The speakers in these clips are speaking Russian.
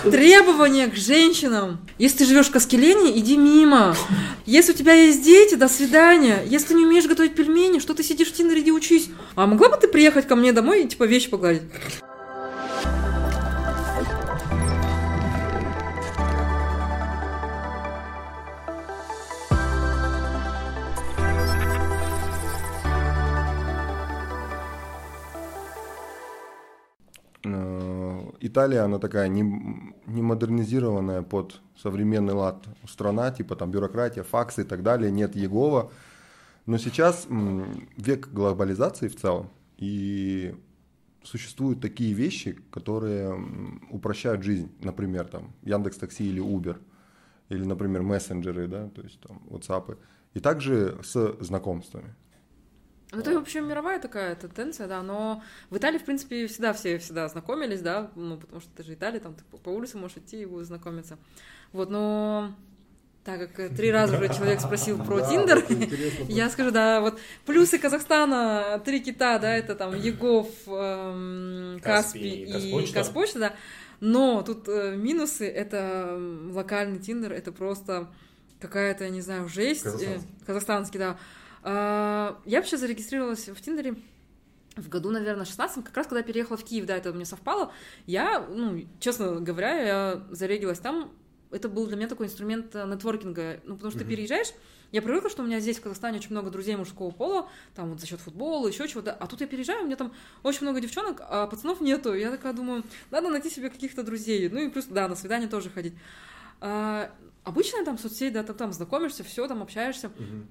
Требования к женщинам. Если ты живешь в Каскелене, иди мимо. Если у тебя есть дети, до свидания. Если ты не умеешь готовить пельмени, что ты сидишь в Тиндере, иди учись. А могла бы ты приехать ко мне домой и типа вещи погладить? Италия, она такая не модернизированная под современный лад страна, типа там бюрократия, факсы и так далее, нет Егова. Но сейчас век глобализации в целом, и существуют такие вещи, которые упрощают жизнь, например, там Яндекс.Такси или Uber, или, например, мессенджеры, да, то есть там WhatsApp, и также с знакомствами. Ну, это вообще мировая такая тенденция, да, но в Италии, в принципе, все всегда знакомились, да, ну, потому что это же Италия, там ты по улице можешь идти и будешь знакомиться. Вот, но так как 3 раза уже человек спросил про Тиндер, я скажу, да, вот плюсы Казахстана, 3 кита, да, это там Егов, Каспий и Казпочта, да, но тут минусы, это локальный Тиндер, это просто какая-то, не знаю, жесть, казахстанский, да. Я вообще зарегистрировалась в Тиндере в году, наверное, 16-м, как раз когда переехала в Киев, да, это мне совпало. Я, ну, честно говоря, я зарегилась там, это был для меня такой инструмент нетворкинга, ну, потому что ты переезжаешь, я привыкла, что у меня здесь в Казахстане очень много друзей мужского пола, там вот за счет футбола, еще чего-то, а тут я переезжаю, у меня там очень много девчонок, а пацанов нету, я такая думаю, надо найти себе каких-то друзей, ну и плюс, да, на свидание тоже ходить. Обычная там соцсеть, да, ты там знакомишься, все, там общаешься.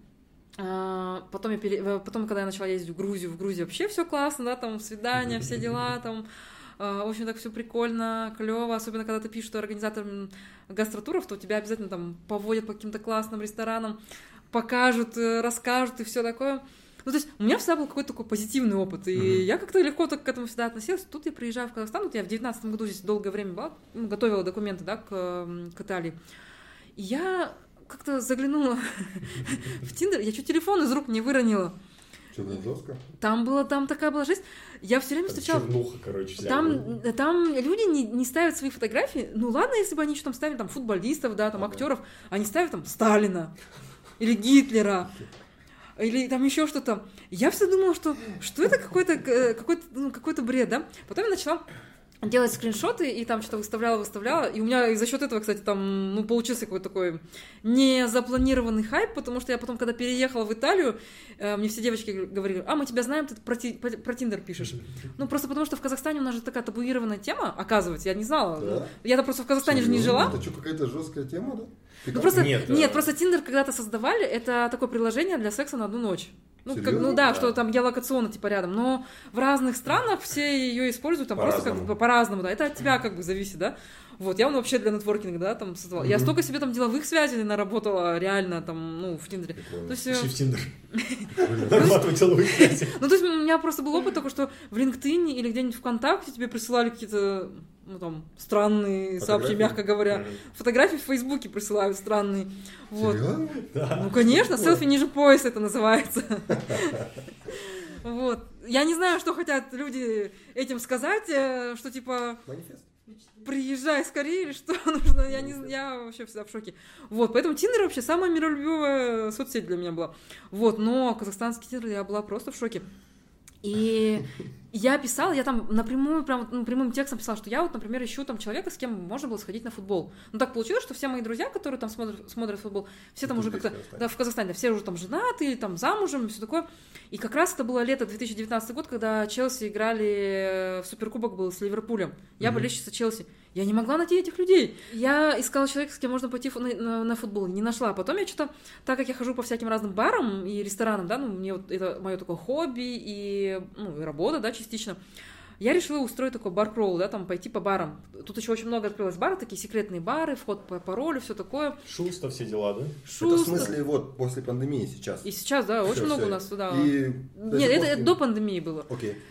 Потом, когда я начала ездить в Грузию вообще все классно, да, там свидания, все дела, там, в общем, так все прикольно, клево, особенно когда ты пишешь, что организатор гастротуров, то тебя обязательно там поводят по каким-то классным ресторанам, покажут, расскажут и все такое. Ну, то есть у меня всегда был какой-то такой позитивный опыт, и я как-то легко так к этому всегда относилась. Тут я приезжаю в Казахстан, вот я в 19-м году здесь долгое время была, готовила документы, да, к Италии, и я как-то заглянула в Тиндер, я чуть телефон из рук не выронила. Что-то жестко? Там такая была жесть. Я все время встречала... Чернуха, короче. Там люди не ставят свои фотографии. Ну ладно, если бы они что там ставили, там, футболистов, да, там, актеров, они ставят там Сталина или Гитлера. Или там еще что-то. Я все думала, что это какой-то бред, да? Потом я начала делать скриншоты, и там что-то выставляла, и у меня за счет этого, кстати, там, ну, получился какой-то такой незапланированный хайп, потому что я потом, когда переехала в Италию, мне все девочки говорили, мы тебя знаем, ты про Тиндер пишешь. Ну, просто потому что в Казахстане у нас же такая табуированная тема, оказывается, я не знала. Да? Я-то просто в Казахстане же не жила. Это что, какая-то жесткая тема, да? Нет, просто Тиндер когда-то создавали, это такое приложение для секса на одну ночь. Да, что там геолокационно типа рядом, но в разных странах все ее используют там просто как бы по-разному, да, это от тебя как бы зависит, да. Вот, я вообще для нетворкинга, да, там создавала. Я столько себе там деловых связей наработала реально там, ну, в Тиндере. Пошли в Тиндер. Нарабатывать деловые связи. Ну, то есть у меня просто был опыт такой, что в LinkedIn или где-нибудь ВКонтакте тебе присылали какие-то, ну, там, странные сообщения, мягко говоря. Фотографии в Фейсбуке присылают странные. Вот. Да. Ну, конечно, селфи ниже пояса это называется. Вот. Я не знаю, что хотят люди этим сказать, что типа... Манифест. Приезжай скорее или что нужно, я вообще всегда в шоке. Вот, поэтому Тиндер вообще самая миролюбивая соцсеть для меня была. Вот, но казахстанский Тиндер, я была просто в шоке. И я писала, я там напрямую, прям прямым текстом писала, что я вот, например, ищу там человека, с кем можно было сходить на футбол. Ну, так получилось, что все мои друзья, которые там смотрят футбол, все там уже как-то, да, в Казахстане, да, все уже там женаты, или там замужем, и все такое. И как раз это было лето 2019 год, когда Челси играли, в Суперкубок был с Ливерпулем. Я болельщица Челси. Я не могла найти этих людей. Я искала человека, с кем можно пойти на футбол, не нашла. Потом я что-то, так как я хожу по всяким разным барам и ресторанам, да, ну, мне вот это мое такое хобби и, ну, и работа, да, частично, я решила устроить такой бар-кроул, да, там пойти по барам. Тут еще очень много открылось баров, такие секретные бары, вход по паролю, все такое. Шуста, все дела, да? Это в смысле вот после пандемии сейчас? И сейчас, да, очень много у нас туда. И... Нет, это до пандемии было. Окей.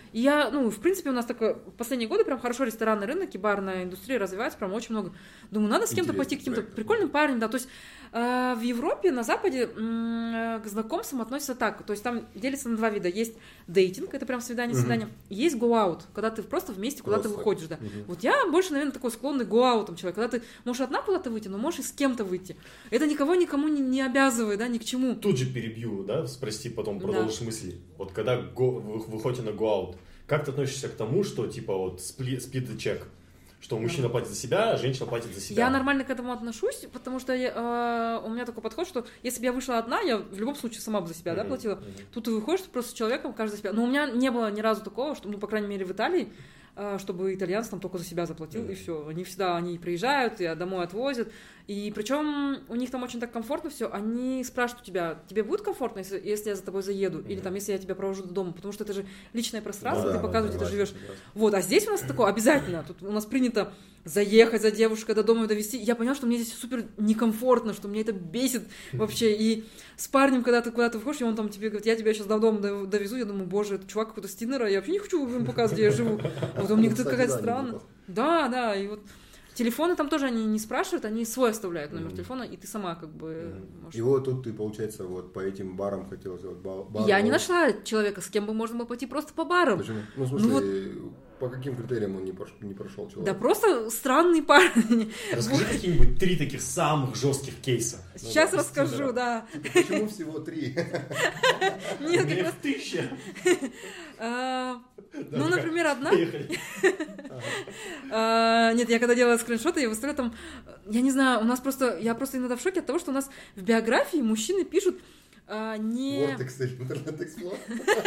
И я, ну, в принципе, у нас такое, в последние годы прям хорошо ресторанный рынок и барная индустрия развивается прям очень много. Думаю, надо с кем-то пойти, к каким-то прикольным парнем, да, то есть в Европе, на Западе к знакомствам относятся так, то есть там делится на два вида, есть дейтинг, это прям свидание, есть go out, когда ты просто вместе куда-то выходишь, да. Вот я больше, наверное, такой склонный go out человек, когда ты можешь одна куда-то выйти, но можешь и с кем-то выйти. Это никому не обязывает, да, ни к чему. Тут же перебью, да, спроси, потом продолжишь мысли. Вот когда вы выходите на go out, как ты относишься к тому, что типа вот split the check? Что мужчина платит за себя, а женщина платит за себя. Я нормально к этому отношусь, потому что у меня такой подход, что если бы я вышла одна, я в любом случае сама бы за себя платила. Тут ты выходишь просто с человеком, каждый за себя. Но у меня не было ни разу такого, что, ну, по крайней мере, в Италии, чтобы итальянец там только за себя заплатил, и все. Они всегда приезжают, и домой отвозят. И причем у них там очень так комфортно все. Они спрашивают у тебя, тебе будет комфортно, если я за тобой заеду? Или там, если я тебя провожу до дома? Потому что это же личное пространство, ты показываешь, где ты живешь. Вот, а здесь у нас такое обязательно. Тут у нас принято заехать за девушкой до дома и довести. Я поняла, что мне здесь супер некомфортно, что мне это бесит вообще. И с парнем, когда ты куда-то выходишь, и он там тебе говорит, я тебя сейчас до дома довезу, я думаю, боже, это чувак какой-то с Тиндера, я вообще не хочу ему показывать, где я живу. Вот он мне какая-то странная. Да, и вот телефоны там тоже они не спрашивают, они свой оставляют номер телефона, и ты сама как бы можешь... И вот тут ты, получается, вот по этим барам хотела сделать бар. Я не нашла человека, с кем бы можно было пойти просто по барам. Почему? Ну, в смысле, по каким критериям он не прошел человек? Да просто странный парень. Расскажи какие-нибудь 3 таких самых жестких кейса. Сейчас расскажу, да. Почему всего 3? Нет, как раз 1000. Ну, например, одна. Нет, я когда делала скриншоты, я выставляла там, я не знаю, у нас я просто иногда в шоке от того, что у нас в биографии мужчины пишут не... Vortex или Internet Explorer?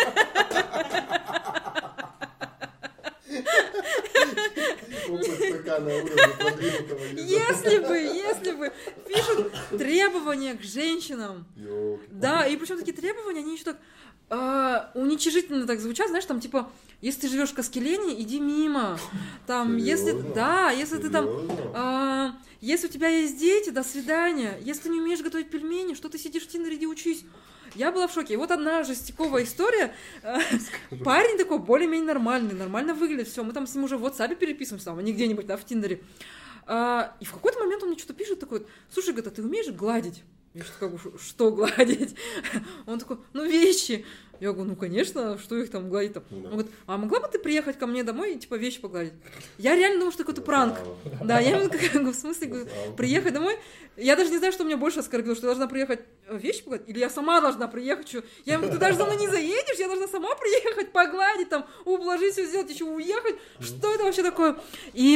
Если бы пишут требования к женщинам. Да, и причем такие требования, они еще так уничижительно так звучат, знаешь, там типа, если ты живешь в Каскелене, иди мимо. Там, если ты там, если у тебя есть дети, до свидания. Если ты не умеешь готовить пельмени, что ты сидишь в Тиндере, иди учись. Я была в шоке. И вот одна жестяковая история. Парень такой более-менее нормально выглядит. Все, мы там с ним уже в WhatsApp переписываемся, там, а не где-нибудь, да, в Тиндере. И в какой-то момент он мне что-то пишет такой: слушай, говорит, а ты умеешь гладить? Я что-то как бы, что гладить? Он такой, ну, вещи. Я говорю, ну, конечно, что их там гладить-то? Он говорит, а могла бы ты приехать ко мне домой и, типа, вещи погладить? Я реально думала, что какой-то пранк. Да, я именно как в смысле говорю, приехать домой. Я даже не знаю, что меня больше оскорбило, что я должна приехать вещи погладить, или я сама должна приехать. Что? Я ему говорю, ты даже за мной не заедешь, я должна сама приехать, погладить, там, ублажить, все сделать, еще уехать. Что это вообще такое? И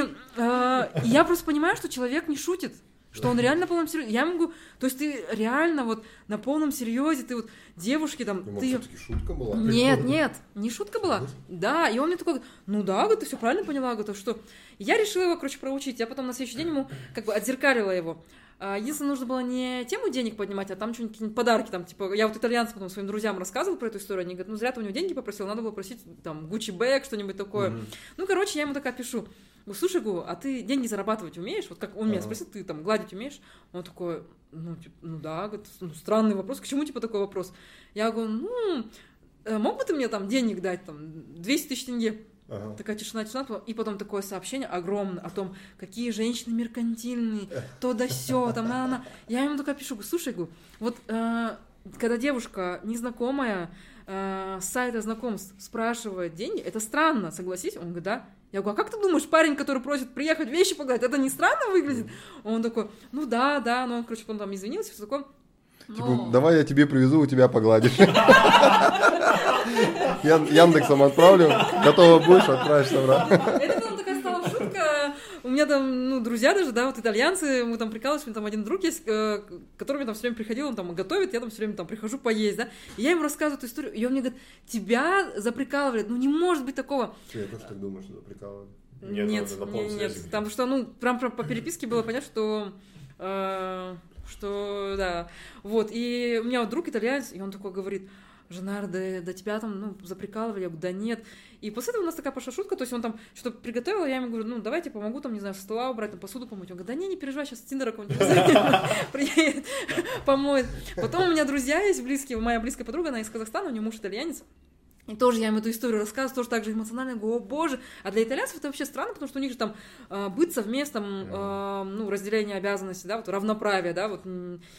я просто понимаю, что человек не шутит. Что он реально на полном серьезе. Я могу... То есть ты реально вот на полном серьезе, ты вот девушки там... Ты... все-таки шутка была? Нет, не шутка была. Да, и он мне такой, ну да, говорит, ты все правильно поняла, говорит, что... Я решила его, короче, проучить. Я потом на следующий день ему как бы отзеркалила его. Единственное, нужно было не тему денег поднимать, а там что-нибудь, какие-нибудь подарки, там, типа, я вот итальянцам потом своим друзьям рассказывала про эту историю, они говорят, ну, зря ты у него деньги попросил, надо было просить, там, Gucci бэг, что-нибудь такое. Ну, короче, я ему такая пишу, слушай, Гу, а ты деньги зарабатывать умеешь? Вот как он меня спросил, ты там гладить умеешь? Он такой, ну, типа, ну да, говорит, ну, странный вопрос, к чему, типа, такой вопрос? Я говорю, ну, мог бы ты мне там денег дать, там, 200 тысяч тенге? Такая тишина, и потом такое сообщение огромное о том, какие женщины меркантильные, то да сё, там, на. Я ему такая пишу, слушай, говорю, вот когда девушка незнакомая с сайта знакомств спрашивает деньги, это странно, согласись? Он говорит, да. Я говорю, а как ты думаешь, парень, который просит приехать вещи погладить, это не странно выглядит? Он такой, ну да, ну он, короче, он там извинился, все такое. Типа, давай я тебе привезу, у тебя погладишь. Яндексом отправлю, готово будешь, отправишься обратно. Это там такая стала шутка. У меня там, ну, друзья даже, да, вот итальянцы, мы там прикалывались, у меня там один друг есть, который мне там все время приходил, он там готовит, я там все время там прихожу поесть, да, и я ему рассказываю эту историю, и он мне говорит, тебя заприкалывали, ну не может быть такого. Я тоже так думаю, что заприкалывали. Нет, потому что, ну, прям по переписке было понятно, что, да, вот, и у меня вот друг итальянец, и он такой говорит, Женар, да тебя там, ну, заприкалывали, я говорю, да нет, и после этого у нас такая пошла шутка, то есть он там что-то приготовил, я ему говорю, ну, давайте помогу, там, не знаю, со стола убрать, там, посуду помыть, он говорит, да не переживай, сейчас с Тиндера какого-нибудь приедет, помоет. Потом у меня друзья есть близкие, моя близкая подруга, она из Казахстана, у нее муж итальянец, И тоже я им эту историю рассказываю, тоже так же эмоционально, говорю, о боже. А для итальянцев это вообще странно, потому что у них же там быт совместным, ну, разделение обязанностей, да, вот равноправие, да, вот,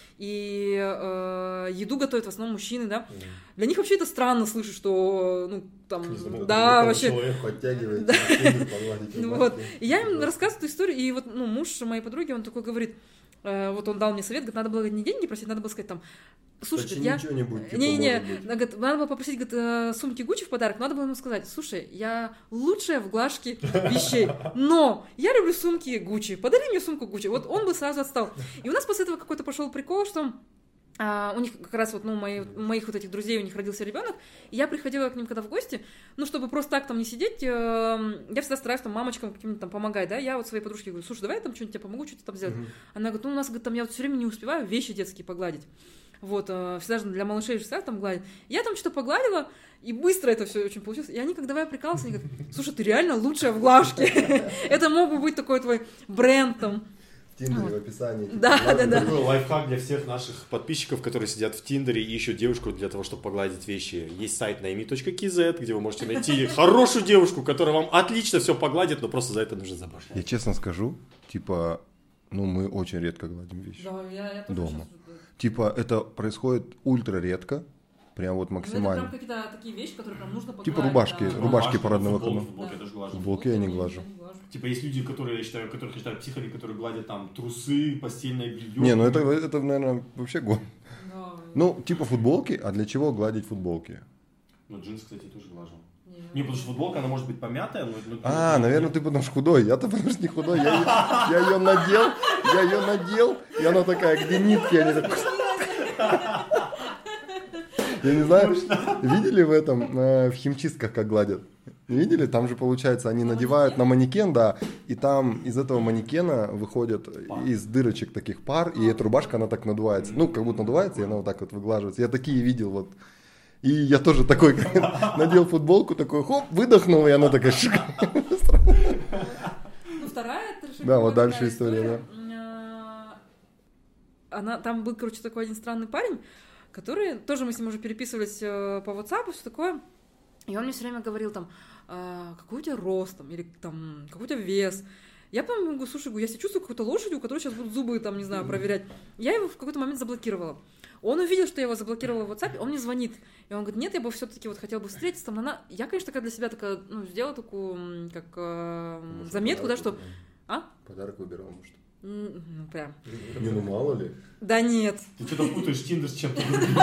и еду готовят в основном мужчины, да. Для них вообще это странно слышать, что, ну, там, да, вообще... Человек подтягивает, да. Вот. И И я им рассказываю эту историю, и вот, ну, муж моей подруги, он такой говорит, вот он дал мне совет, говорит, надо было не деньги просить, надо было сказать там, слушай, говорит, я... Типа, говорит, надо было попросить, говорит, сумки Гуччи в подарок, надо было ему сказать, слушай, я лучшая в глажке вещей, но я люблю сумки Гуччи, подари мне сумку Гуччи. Вот он бы сразу отстал. И у нас после этого какой-то пошел прикол, что у них как раз вот, ну, моих вот этих друзей, у них родился ребенок, и я приходила к ним когда в гости, ну, чтобы просто так там не сидеть, я всегда стараюсь там мамочкам каким-то там помогать, да, я вот своей подружке говорю, слушай, давай я там что-нибудь тебе помогу, что-то там сделать. Она говорит, ну, у нас, говорит, там я вот все время не успеваю вещи детские погладить. Вот, всегда же для малышей всегда там гладить. Я там что-то погладила, и быстро это все очень получилось. И они, как давай прикалываться, они говорят, слушай, ты реально лучшая в глажке. Это мог бы быть такой твой бренд там. В Тиндере, в описании. Да. Такой лайфхак для всех наших подписчиков, которые сидят в Тиндере и ищут девушку для того, чтобы погладить вещи. Есть сайт naimi.kz, где вы можете найти хорошую девушку, которая вам отлично все погладит, но просто за это нужно забашлять. Я честно скажу, типа, ну, мы очень редко гладим вещи. Да, я тоже дома. сейчас... Типа, это происходит ультра редко, прям вот максимально. Это прям какие-то такие вещи, которые прям нужно погладить. Типа рубашки парадного футболки, крома. футболки я тоже глажу. Футболки я не глажу. Типа есть люди, которых я считаю психами, которые гладят там трусы, постельное белье. Не, ну это наверное, вообще гон. Да. Ну, типа футболки, а для чего гладить футболки? Ну, джинсы, кстати, тоже глажу. Не, потому что футболка, она может быть помятая, но... Наверное, ты потому что худой. Я-то потому что не худой. Я ее надел, и она такая, где нитки, они так... Я не знаю, видели в этом, в химчистках, как гладят? Не видели? Там же, получается, они надевают на манекен, да, и там из этого манекена выходят из дырочек таких пар, и эта рубашка, она так надувается. Ну, как будто надувается, и она вот так вот выглаживается. Я такие видел, вот. И я тоже такой, надел футболку, такой, хоп, выдохнул, и она такая... Ну, вторая, это же... Да, вот дальше история, да. Там был, короче, такой один странный парень, который, тоже мы с ним уже переписывались по WhatsApp, все такое, и он мне все время говорил там, какой у тебя рост, там, или там, какой у тебя вес. Я потом говорю, слушай, я себя чувствую какой-то лошадью, у которой сейчас будут зубы, там, не знаю, проверять. Я его в какой-то момент заблокировала. Он увидел, что я его заблокировала в WhatsApp, он мне звонит. И он говорит, нет, я бы все-таки вот хотел бы встретиться. Там, я, конечно, такая для себя такая, ну, сделала такую, как заметку, да, что... Подарок выбирал, может. Ну, прям. Не, ну мало ли. Да нет. Ты что-то путаешь Тиндер с чем-то.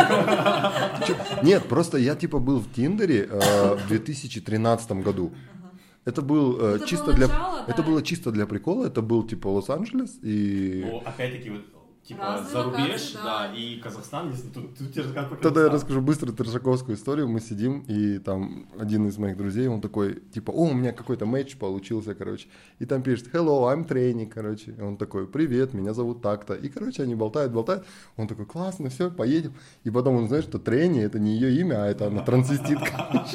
Нет, просто я типа был в Тиндере в 2013 году. Это был чисто для... Это было чисто для прикола, это был типа Лос-Анджелес и... Ну, опять-таки, вот, типа разные зарубеж, локации, да, и Казахстан, если тут тебе расскажут про Тогда я Казахстан. расскажу быстро трешаковскую историю. Мы сидим, и там один из моих друзей, он такой, типа, у меня какой-то матч получился, короче. И там пишет, hello, I'm training, короче. И он такой, привет, меня зовут так-то. И, короче, они болтают. Он такой, классно, все, поедем. И потом он знает, что Трени, это не ее имя, а это она трансвеститка.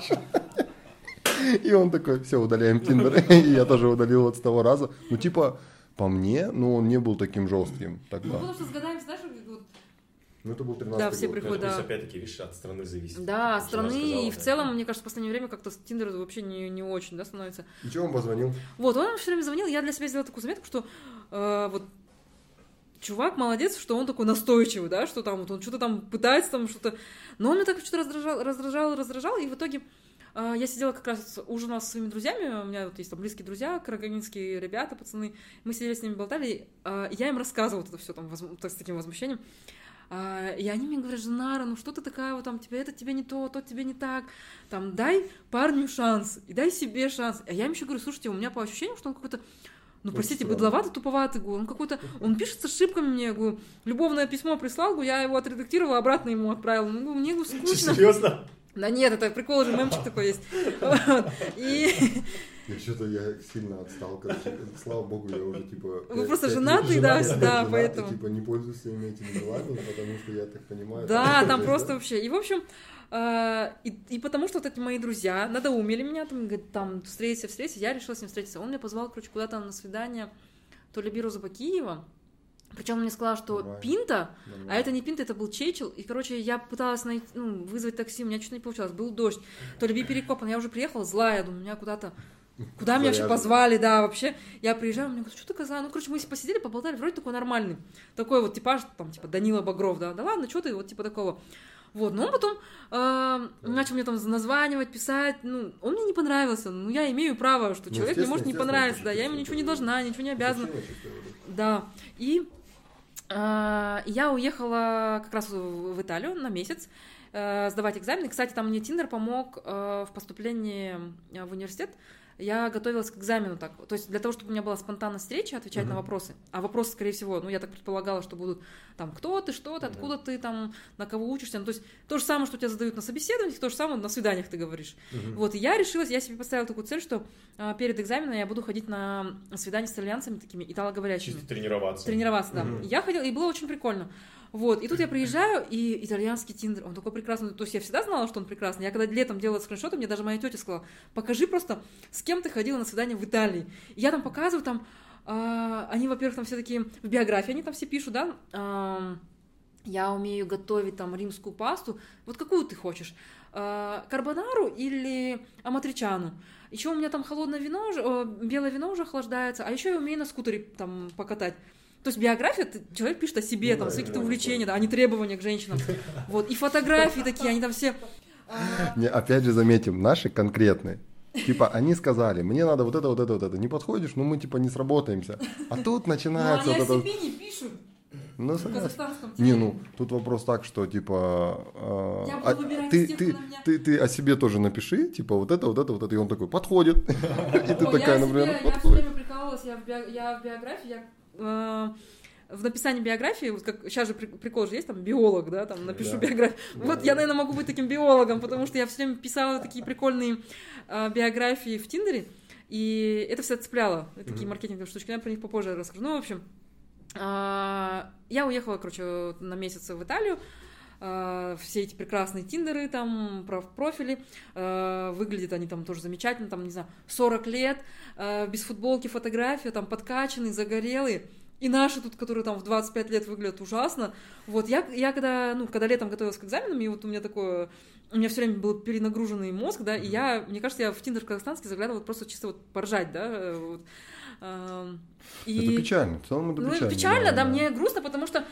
И он такой, все, удаляем Тиндер. И я тоже удалил вот с того раза. Ну, типа, по мне, ну, он не был таким жестким тогда. Ну, потому что с годами, знаешь, вот... Ну, это был 13-й Да, все год. приходят, То есть, да. опять-таки, видишь, от страны зависит. Да, Как страны, жена сказала, и в целом, мне кажется, в последнее время как-то Тиндер вообще не очень, да, становится. И что он позвонил? Вот, он все время звонил, я для себя сделала такую заметку, что вот чувак молодец, что он такой настойчивый, да, что там вот он что-то там пытается, там что-то... Но он меня так что-то раздражал, и в итоге я сидела как раз, ужинала со своими друзьями, у меня вот есть там близкие друзья, карагандинские ребята, пацаны, мы сидели с ними, болтали, и я им рассказывала это все там с таким возмущением, и они мне говорят, Женара, ну что ты такая, вот там, это тебе не то тебе не так, там, дай парню шанс, и дай себе шанс. А я им еще говорю, слушайте, у меня по ощущениям, что он какой-то, ну, простите, быдловатый, туповатый, он какой-то, он пишет с ошибками мне, говорю, любовное письмо прислал, я его отредактировала, обратно ему отправила, ну, мне скучно. Серьезно? Да нет, это прикол же, мемчик такой есть. И... Я сильно отстал, короче. Слава богу, я уже, типа... Вы просто женатый, да, поэтому... Типа, не пользуюсь своими этими делами, потому что я так понимаю... Да, там просто вообще... И, в общем, и потому что вот эти мои друзья надоумили меня, там, говорят, там, встретиться, я решила с ним встретиться. Он меня позвал, короче, куда-то на свидание, то ли Бируза Бакиева, Причем он мне сказал, что Нормально. Пинта, Нормально. а это не Пинта, это был Чейчел. И, короче, я пыталась вызвать такси, у меня что-то не получалось. Был дождь, то ли перекопан. Я уже приехала злая, думаю, меня куда-то... Куда меня вообще позвали, да, вообще. Я приезжаю, мне говорят, что ты коза? Ну, короче, мы посидели, поболтали, вроде такой нормальный. Такой вот типаж, там, типа, Данила Багров, да. Да ладно, что ты, вот типа такого. Вот, но он потом начал мне там названивать, писать, ну, он мне не понравился. Ну, я имею право, что человек не может не понравиться, да, я ему ничего не должна, ничего не обязана. Да, и я уехала как раз в Италию на месяц сдавать экзамены. Кстати, там мне Тиндер помог в поступлении в университет. Я готовилась к экзамену так. То есть для того, чтобы у меня была спонтанная встреча, отвечать на вопросы. А вопросы, скорее всего, ну, я так предполагала, что будут там, кто ты, что ты, откуда ты, там, на кого учишься. Ну, то есть то же самое, что тебя задают на собеседованиях, то же самое на свиданиях ты говоришь. Вот, и я решилась, я себе поставила такую цель, что перед экзаменом я буду ходить на свидания с итальянцами такими, италоговорящими. Чисто тренироваться. Тренироваться, да. Я ходила, и было очень прикольно. Вот, и тут я приезжаю, и итальянский Тиндер, он такой прекрасный, то есть я всегда знала, что он прекрасный, я когда летом делала скриншоты, мне даже моя тетя сказала, покажи просто, с кем ты ходила на свидание в Италии. И я там показываю, там, они, во-первых, там все такие, в биографии они там все пишут, да, я умею готовить там римскую пасту, вот какую ты хочешь, карбонару или аматричану. Еще у меня там холодное вино, белое вино уже охлаждается, а еще я умею на скутере там покатать. То есть биография, человек пишет о себе, там, все какие-то увлечения, да, а не требования к женщинам. Вот, и фотографии такие, они там все... Не, опять же заметим, наши конкретные. Типа, они сказали, мне надо вот это, вот это, вот это. Не подходишь, ну мы типа не сработаемся. А тут начинается Ну, они вот о это... себе не пишут. Ну, В казахстанском не, Тиндере. ну, тут вопрос так, что, типа, Я буду выбирать из тех, кто на меня- ты о себе тоже напиши, типа, вот это, вот это, вот это, и он такой, подходит. И ты О, такая, я например, себе, я все подходит. время прикалывалась, я в биографии, в написании биографии, вот как сейчас же прикол же есть, там, биолог, да, там, напишу биографию. Вот я, наверное, могу быть таким биологом, потому что я все время писала такие прикольные биографии в Тиндере, и это все цепляло, такие маркетинговые штучки, я про них попозже расскажу. Ну, в общем, я уехала, короче, на месяц в Италию, все эти прекрасные тиндеры, там, профили, выглядят они там тоже замечательно, там, не знаю, 40 лет, без футболки, фотография, там, подкачанные, загорелые, и наши тут, которые там в 25 лет выглядят ужасно. Вот, я когда летом готовилась к экзаменам, и вот у меня все время был перенагруженный мозг, да, и мне кажется, я в Тиндер казахстанский заглядывала просто чисто вот поржать, да, вот. И... Это печально, в целом это печально. Ну, печально, да, мне грустно, потому что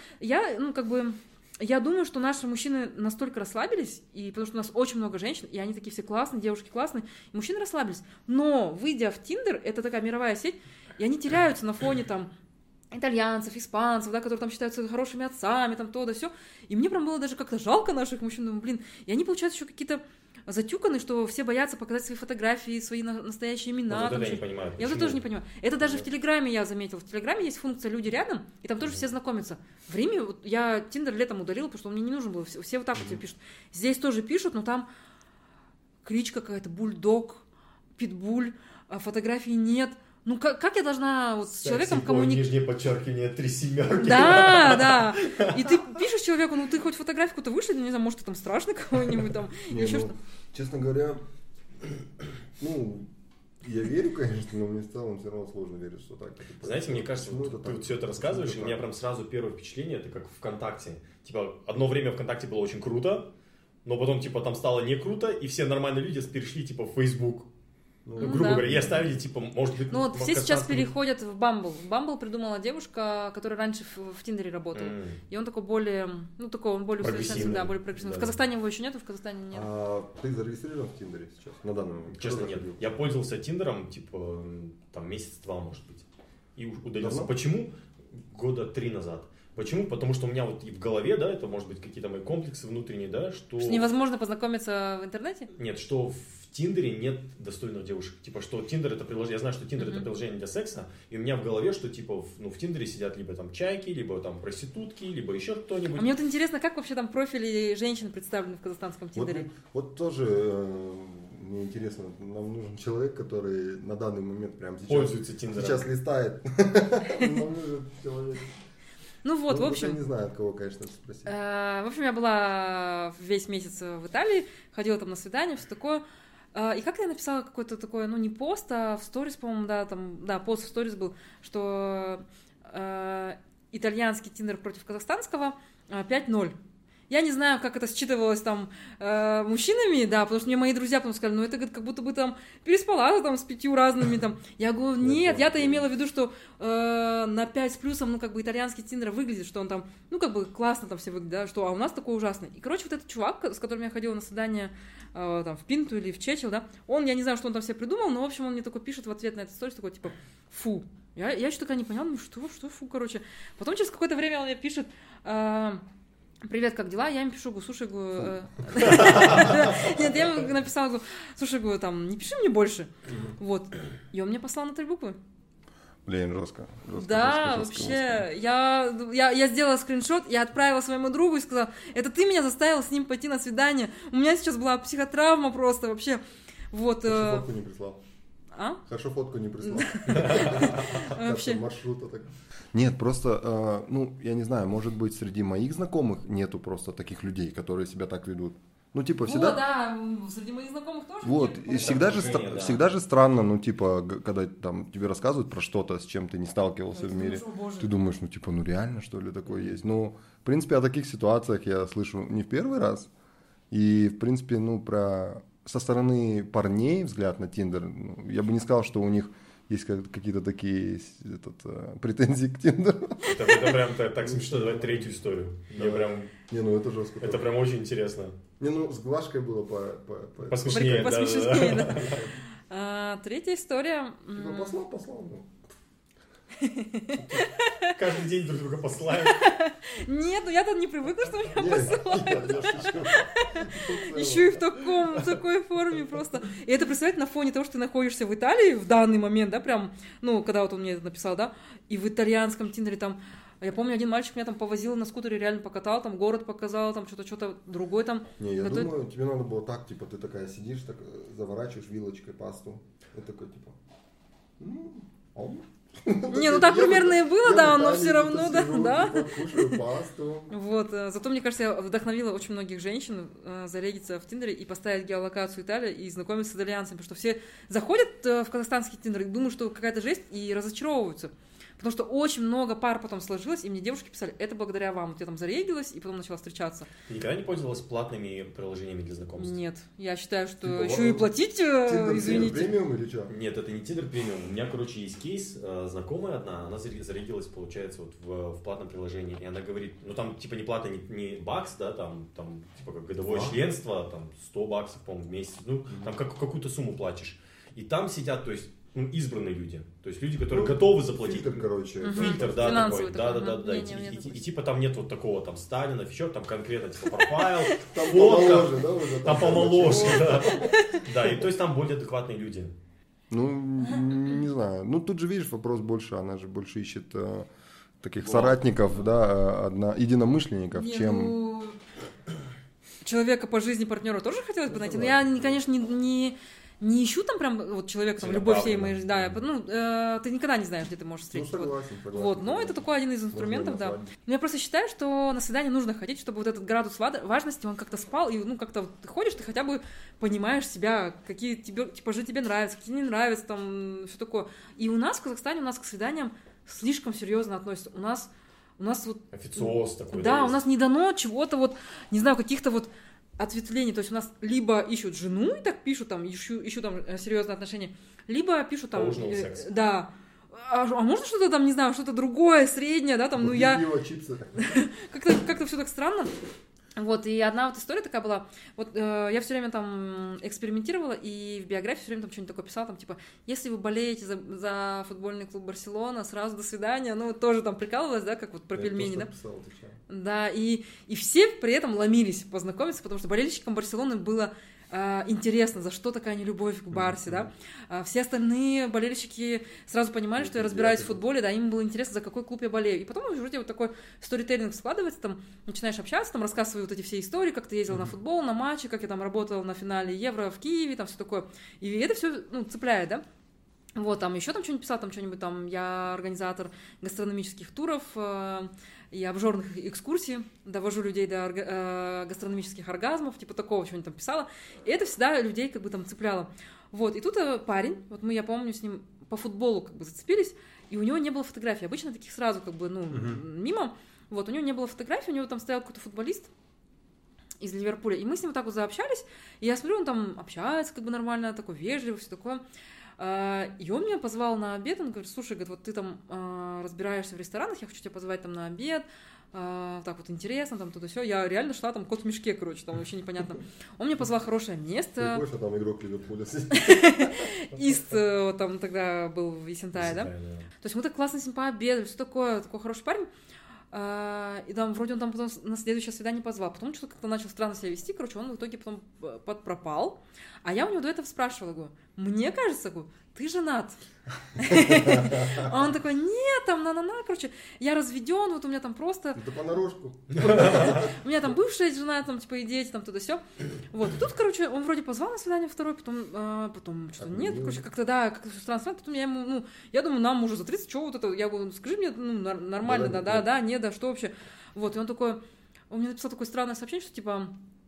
я думаю, что наши мужчины настолько расслабились, и потому что у нас очень много женщин, и они такие все классные, девушки классные, и мужчины расслабились. Но, выйдя в Тиндер, это такая мировая сеть, и они теряются на фоне там итальянцев, испанцев, да, которые там считаются хорошими отцами, там то да все. И мне прям было даже как-то жалко наших мужчин, думаю, блин, и они, получается, еще какие-то затюканы, что все боятся показать свои фотографии, свои настоящие имена. Вот там, это я не понимаю. Я тоже не понимаю. Это даже в Телеграме я заметила. В Телеграме есть функция «Люди рядом», и там тоже все знакомятся. В Риме, вот я Тиндер летом удалила, потому что он мне не нужен был. Все вот так вот тебе пишут. Здесь тоже пишут, но там кличка какая-то, бульдог, питбуль, фотографий нет. Ну, как я должна вот с человеком коммуницировать? Нижнее подчеркивание, 3 семерки. Да. И ты пишешь человеку, ну ты хоть фотографию-то вышли, не знаю, может, ты там страшный кого-нибудь там, или еще что-то. Честно говоря, ну, я верю, конечно, но мне в целом все равно сложно верить, что так. Знаете, мне кажется, ты вот все это рассказываешь, и у меня прям сразу первое впечатление, это как ВКонтакте. Типа, одно время ВКонтакте было очень круто, но потом, типа, там стало не круто, и все нормальные люди перешли, типа, в Facebook. Грубо говоря, и оставили, типа, может быть... Ну вот все сейчас переходят в Bumble. Bumble придумала девушка, которая раньше в Тиндере работала. И он такой более, он более усовершенствованный, да, более прогрессивный. В Казахстане его еще нету, в Казахстане нет. А ты зарегистрирован в Тиндере сейчас, на данный момент? Честно, нет. Я пользовался Тиндером, типа, там, месяц-два, может быть. И удалился. Давно? Почему? 3 года назад. Почему? Потому что у меня вот и в голове, да, это может быть какие-то мои комплексы внутренние, да, что... Невозможно познакомиться в интернете? Нет, что в Тиндере нет достойных девушек. Типа, что Тиндер это приложение, я знаю, что Тиндер это приложение для секса, и у меня в голове, что типа, в Тиндере сидят либо там чайки, либо там проститутки, либо еще кто-нибудь. А мне вот интересно, как вообще там профили женщин представлены в казахстанском Тиндере? Вот тоже мне интересно, нам нужен человек, который на данный момент прямо пользуется Тиндером. Сейчас листает. Нам нужен человек. Ну вот, в общем... Я не знаю, от кого, конечно, спросить. В общем, я была весь месяц в Италии, ходила там на свидание, все такое. И как я написала какой-то такой, ну не пост, а в сторис, по-моему, да, пост в сторис был, что итальянский Тиндер против казахстанского 5-0. Я не знаю, как это считывалось там мужчинами, да, потому что мне мои друзья потом сказали, ну это как будто бы там переспала там с 5 разными там. Я говорю, нет, я-то имела в виду, что на 5 с плюсом, ну как бы итальянский Тиндер выглядит, что он там, ну как бы классно там все выглядит, да, что, а у нас такой ужасный. И, короче, вот этот чувак, с которым я ходила на свидание там в Пинту или в Чечил, да, он, я не знаю, что он там себе придумал, но, в общем, он мне такой пишет в ответ на эту историю, такой, типа, фу. Я еще такая не поняла, ну что фу, короче. Потом через какое-то время он мне пишет... Привет, как дела? Я им пишу, говорю, слушай, говорю... Нет, я ему написала, говорю, слушай, говорю, там, не пиши мне больше. Вот. И он мне послал на 3 буквы. Блин, жестко. Да, вообще. Я сделала скриншот, я отправила своему другу и сказала, это ты меня заставил с ним пойти на свидание. У меня сейчас была психотравма просто вообще. Вот. Хорошо фотку не прислал. А? Хорошо фотку не прислал. Вообще. Маршрута так. Нет, просто, ну, я не знаю, может быть, среди моих знакомых нету просто таких людей, которые себя так ведут. Ну, типа, всегда... О, да, среди моих знакомых тоже. Вот, и всегда же странно, ну, типа, когда там тебе рассказывают про что-то, с чем ты не сталкивался в мире, ты думаешь, ну, типа, ну, реально, что ли, такое есть? Ну, в принципе, о таких ситуациях я слышу не в первый раз, и, в принципе, ну, со стороны парней взгляд на Тиндер, ну, я бы не сказал, что у них есть какие-то такие претензии к Тиндеру. Это прям так смешно, давай 3-ю историю. Мне прям... Не, ну это жестко. Это прям очень интересно. Не, ну с Глашкой было посмешнее. Посмешнее, да. 3-я история... Послал. Каждый день друг друга посылают. Нет, ну я-то не привыкла, что меня посылают. Еще и в такой форме просто. И это, представляете, на фоне того, что ты находишься в Италии в данный момент, да, прям, ну, когда вот он мне это написал, да, и в итальянском Тиндере там, я помню, один мальчик меня там повозил на скутере, реально покатал, там город показал, там что-то другой там. Не, я думаю, тебе надо было так, типа, ты такая сидишь, так заворачиваешь вилочкой пасту, и такой, типа, Не, ну так примерно и было, да, но все равно, да. Кушаю пасту. Вот, зато, мне кажется, я вдохновила очень многих женщин зарегиться в Тиндере и поставить геолокацию Италии и знакомиться с итальянцами, потому что все заходят в казахстанский Тиндер и думают, что какая-то жесть, и разочаровываются. Потому что очень много пар потом сложилось, и мне девушки писали, это благодаря вам. Вот я там зарегилась, и потом начала встречаться. Ты никогда не пользовалась платными приложениями для знакомств? Нет, я считаю, что еще и платить, извините. Тиндер премиум или что? Нет, это не Тиндер премиум. У меня, короче, есть кейс, знакомая одна, она зарегилась, получается, вот в платном приложении, и она говорит, ну там типа не плата, не бакс, да, там типа как годовое членство, там 100 баксов, по-моему, в месяц, ну там какую-то сумму платишь. И там сидят, то есть, избранные люди. То есть люди, которые готовы заплатить. Фильтр, короче. Фильтр, да, финансовый такой. такой. Да. И типа там нет вот такого там Сталина, еще там конкретно типа профайл, Там помоложе, да, уже? Там помоложе, да. Да, и то есть там более адекватные люди. Ну, не знаю. Ну, тут же, видишь, вопрос больше, она же больше ищет таких соратников, да, единомышленников, чем... Человека по жизни, партнера тоже хотелось бы найти, но я, конечно, не ищу там прям вот человека, там, любовь всей моей жизни, да, ну, ты никогда не знаешь, где ты можешь встретить. Ну, согласен. Вот, но это такой один из инструментов, да. Но я просто считаю, что на свидание нужно ходить, чтобы вот этот градус важности, он как-то спал, и, ну, как-то вот ты ходишь, ты хотя бы понимаешь себя, какие типажи тебе нравятся, какие не нравятся, там, все такое. И у нас в Казахстане, к свиданиям слишком серьезно относятся. У нас вот... Официоз такой. Да, у нас не дано чего-то вот, не знаю, каких-то вот ответвлений, то есть у нас либо ищут жену и так пишут, там, ищут там серьезные отношения, либо пишут там... Да. А можно что-то там, не знаю, что-то другое, среднее, да, там, ну я... Как-то все так странно. Вот, и одна вот история такая была, вот я все время там экспериментировала, и в биографии все время там что-нибудь такое писала, там, типа, если вы болеете за футбольный клуб Барселона, сразу до свидания, ну, тоже там прикалывалась, да, как вот про пельмени, да? Писал, да, и все при этом ломились познакомиться, потому что болельщикам Барселоны было интересно, за что такая нелюбовь к Барсе, да. Все остальные болельщики сразу понимали, что я разбираюсь в футболе, да, им было интересно, за какой клуб я болею. И потом уже вот такой сторителлинг складывается, там, начинаешь общаться, там, рассказывать свои вот эти все истории, как ты ездил на футбол, на матчи, как я там работала на финале Евро в Киеве, там, все такое. И это все, ну, цепляет, да. Вот, там, еще там что-нибудь писал, там, что-нибудь там, я организатор гастрономических туров, и обжорных экскурсий, довожу людей до гастрономических оргазмов, типа такого чего-нибудь там писала, и это всегда людей как бы там цепляло. Вот, и тут парень, вот я помню, с ним по футболу как бы зацепились, и у него не было фотографий. Обычно таких сразу как бы, мимо. Вот, у него не было фотографий, у него там стоял какой-то футболист из Ливерпуля, и мы с ним вот так вот заобщались, и я смотрю, он там общается как бы нормально, такой вежливый, все такое. И он меня позвал на обед, он говорит, слушай, говорит, вот ты там разбираешься в ресторанах, я хочу тебя позвать там на обед, так вот интересно, там туда-сё. Я реально шла там кот в мешке, короче, там вообще непонятно. Он мне позвал хорошее место. Ты больше там игрок Ливерпуля. Ист там тогда был в Есентае, да? То есть мы так классно с ним пообедали, все такое, такой хороший парень. И там вроде он там потом на следующее свидание позвал. Потом что-то как-то начал странно себя вести, короче, он в итоге потом пропал. А я у него до этого спрашивала, говорю, мне кажется, говорю, ты женат. А он такой, нет, там, короче, я разведен, вот у меня там просто... Это понарошку. У меня там бывшая жена, там, типа, и дети, там, туда-сё. Вот, и тут, короче, он вроде позвал на свидание второе, потом что-то нет, короче, как-то, да, как-то все странно, потом я ему, я думаю, нам уже за 30, что вот это, я говорю, скажи мне, нормально, да, не, да, что вообще? Вот, и он мне написал такое странное сообщение, что, типа,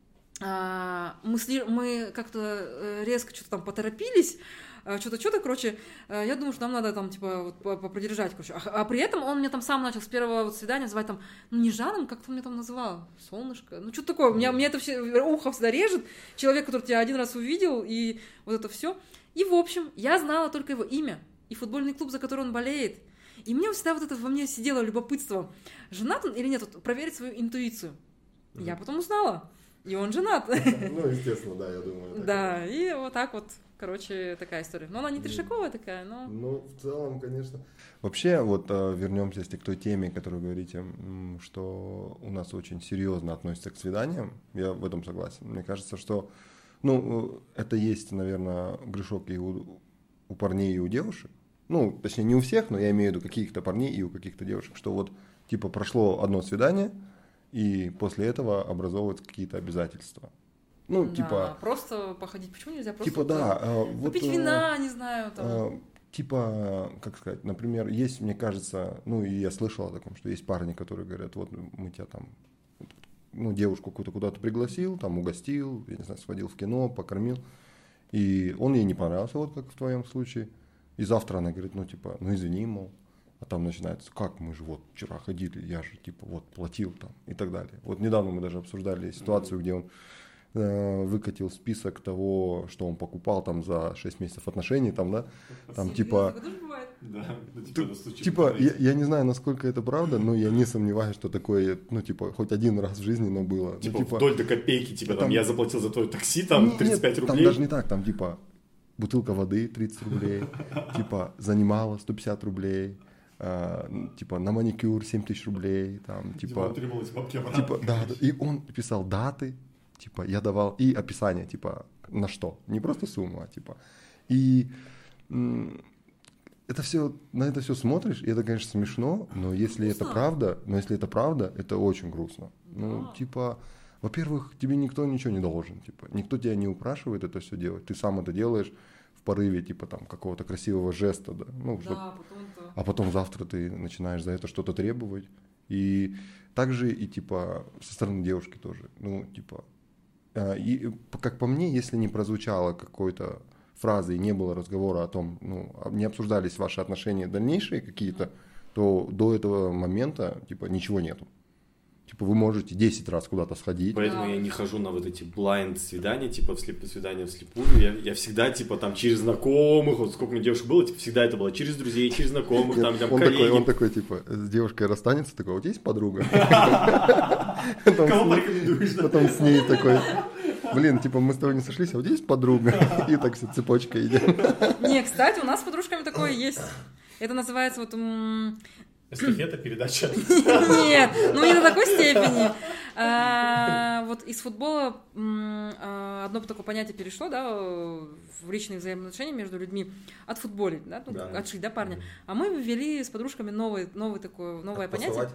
мы как-то резко что-то там поторопились, что-то, короче, я думаю, что нам надо там, типа, вот продержать, короче. А при этом он мне там сам начал с первого вот свидания называть там, не Жаном, как он меня там называл, солнышко, что-то такое. Мне это все ухо всегда режет. Человек, который тебя один раз увидел, и вот это все. И, в общем, я знала только его имя и футбольный клуб, за который он болеет. И мне всегда вот это во мне сидело любопытство, женат он или нет, вот проверить свою интуицию. Я потом узнала, и он женат. Ну, естественно, да, я думаю. Да, и вот так вот. Короче, такая история. Но она не трешаковая такая, но... Ну, в целом, конечно. Вообще, вот вернемся, если к той теме, которую говорите, что у нас очень серьезно относятся к свиданиям. Я в этом согласен. Мне кажется, что, это есть, наверное, грешок и у парней, и у девушек. Ну, точнее, не у всех, но я имею в виду каких-то парней и у каких-то девушек, что вот, типа, прошло одно свидание, и после этого образовываются какие-то обязательства. Ну, да, типа... просто походить. Почему нельзя просто... Типа, да. Купить вина, не знаю, там... Типа, как сказать, например, есть, мне кажется, и я слышал о таком, что есть парни, которые говорят, вот мы тебя там, девушку какую-то куда-то пригласил, там угостил, я не знаю, сводил в кино, покормил, и он ей не понравился, вот как в твоем случае, и завтра она говорит, извини, мол, а там начинается, как мы же вот вчера ходили, я же типа вот платил там и так далее. Вот недавно мы даже обсуждали ситуацию, где он выкатил список того, что он покупал там за 6 месяцев отношений, там, да, там типа... Типа, я не знаю, насколько это правда, но я не сомневаюсь, что такое, хоть один раз в жизни, но было. Типа, вдоль до копейки, там, я заплатил за твое такси, там, 35 рублей. Там даже не так, там, типа, бутылка воды 30 рублей, типа, занимала 150 рублей, типа, на маникюр 7 тысяч рублей, там, типа, да, и он писал даты, типа, я давал и описание, типа, на что, не просто сумма, типа, и это все, на это все смотришь, и это, конечно, смешно, но если это правда, это очень грустно. Типа, во-первых, тебе никто ничего не должен, типа, никто тебя не упрашивает это все делать, ты сам это делаешь в порыве, типа, там, какого-то красивого жеста, да, а потом завтра ты начинаешь за это что-то требовать, и также и, типа, со стороны девушки тоже, и, как по мне, если не прозвучало какой-то фразы и не было разговора о том, не обсуждались ваши отношения дальнейшие какие-то, то до этого момента, типа, ничего нету. Типа, вы можете 10 раз куда-то сходить. Поэтому я не хожу на вот эти blind-свидания, типа, свидания вслепую. Я всегда, типа, там, через знакомых, вот сколько у меня девушек было, типа, всегда это было через друзей, через знакомых, там, коллеги. Он такой, типа, с девушкой расстанется, такой, вот есть подруга? Кого порекомендуешь? Потом с ней такой... Блин, типа, мы с тобой не сошлись, а вот есть подруга? И так все цепочкой идем. Не, кстати, у нас с подружками такое есть. Это называется вот... Эстафета, передача. Нет, не до такой степени. Вот из футбола одно такое понятие перешло, да, в личные взаимоотношения между людьми от футболить, да, отшить, да, парня. А мы ввели с подружками новое понятие.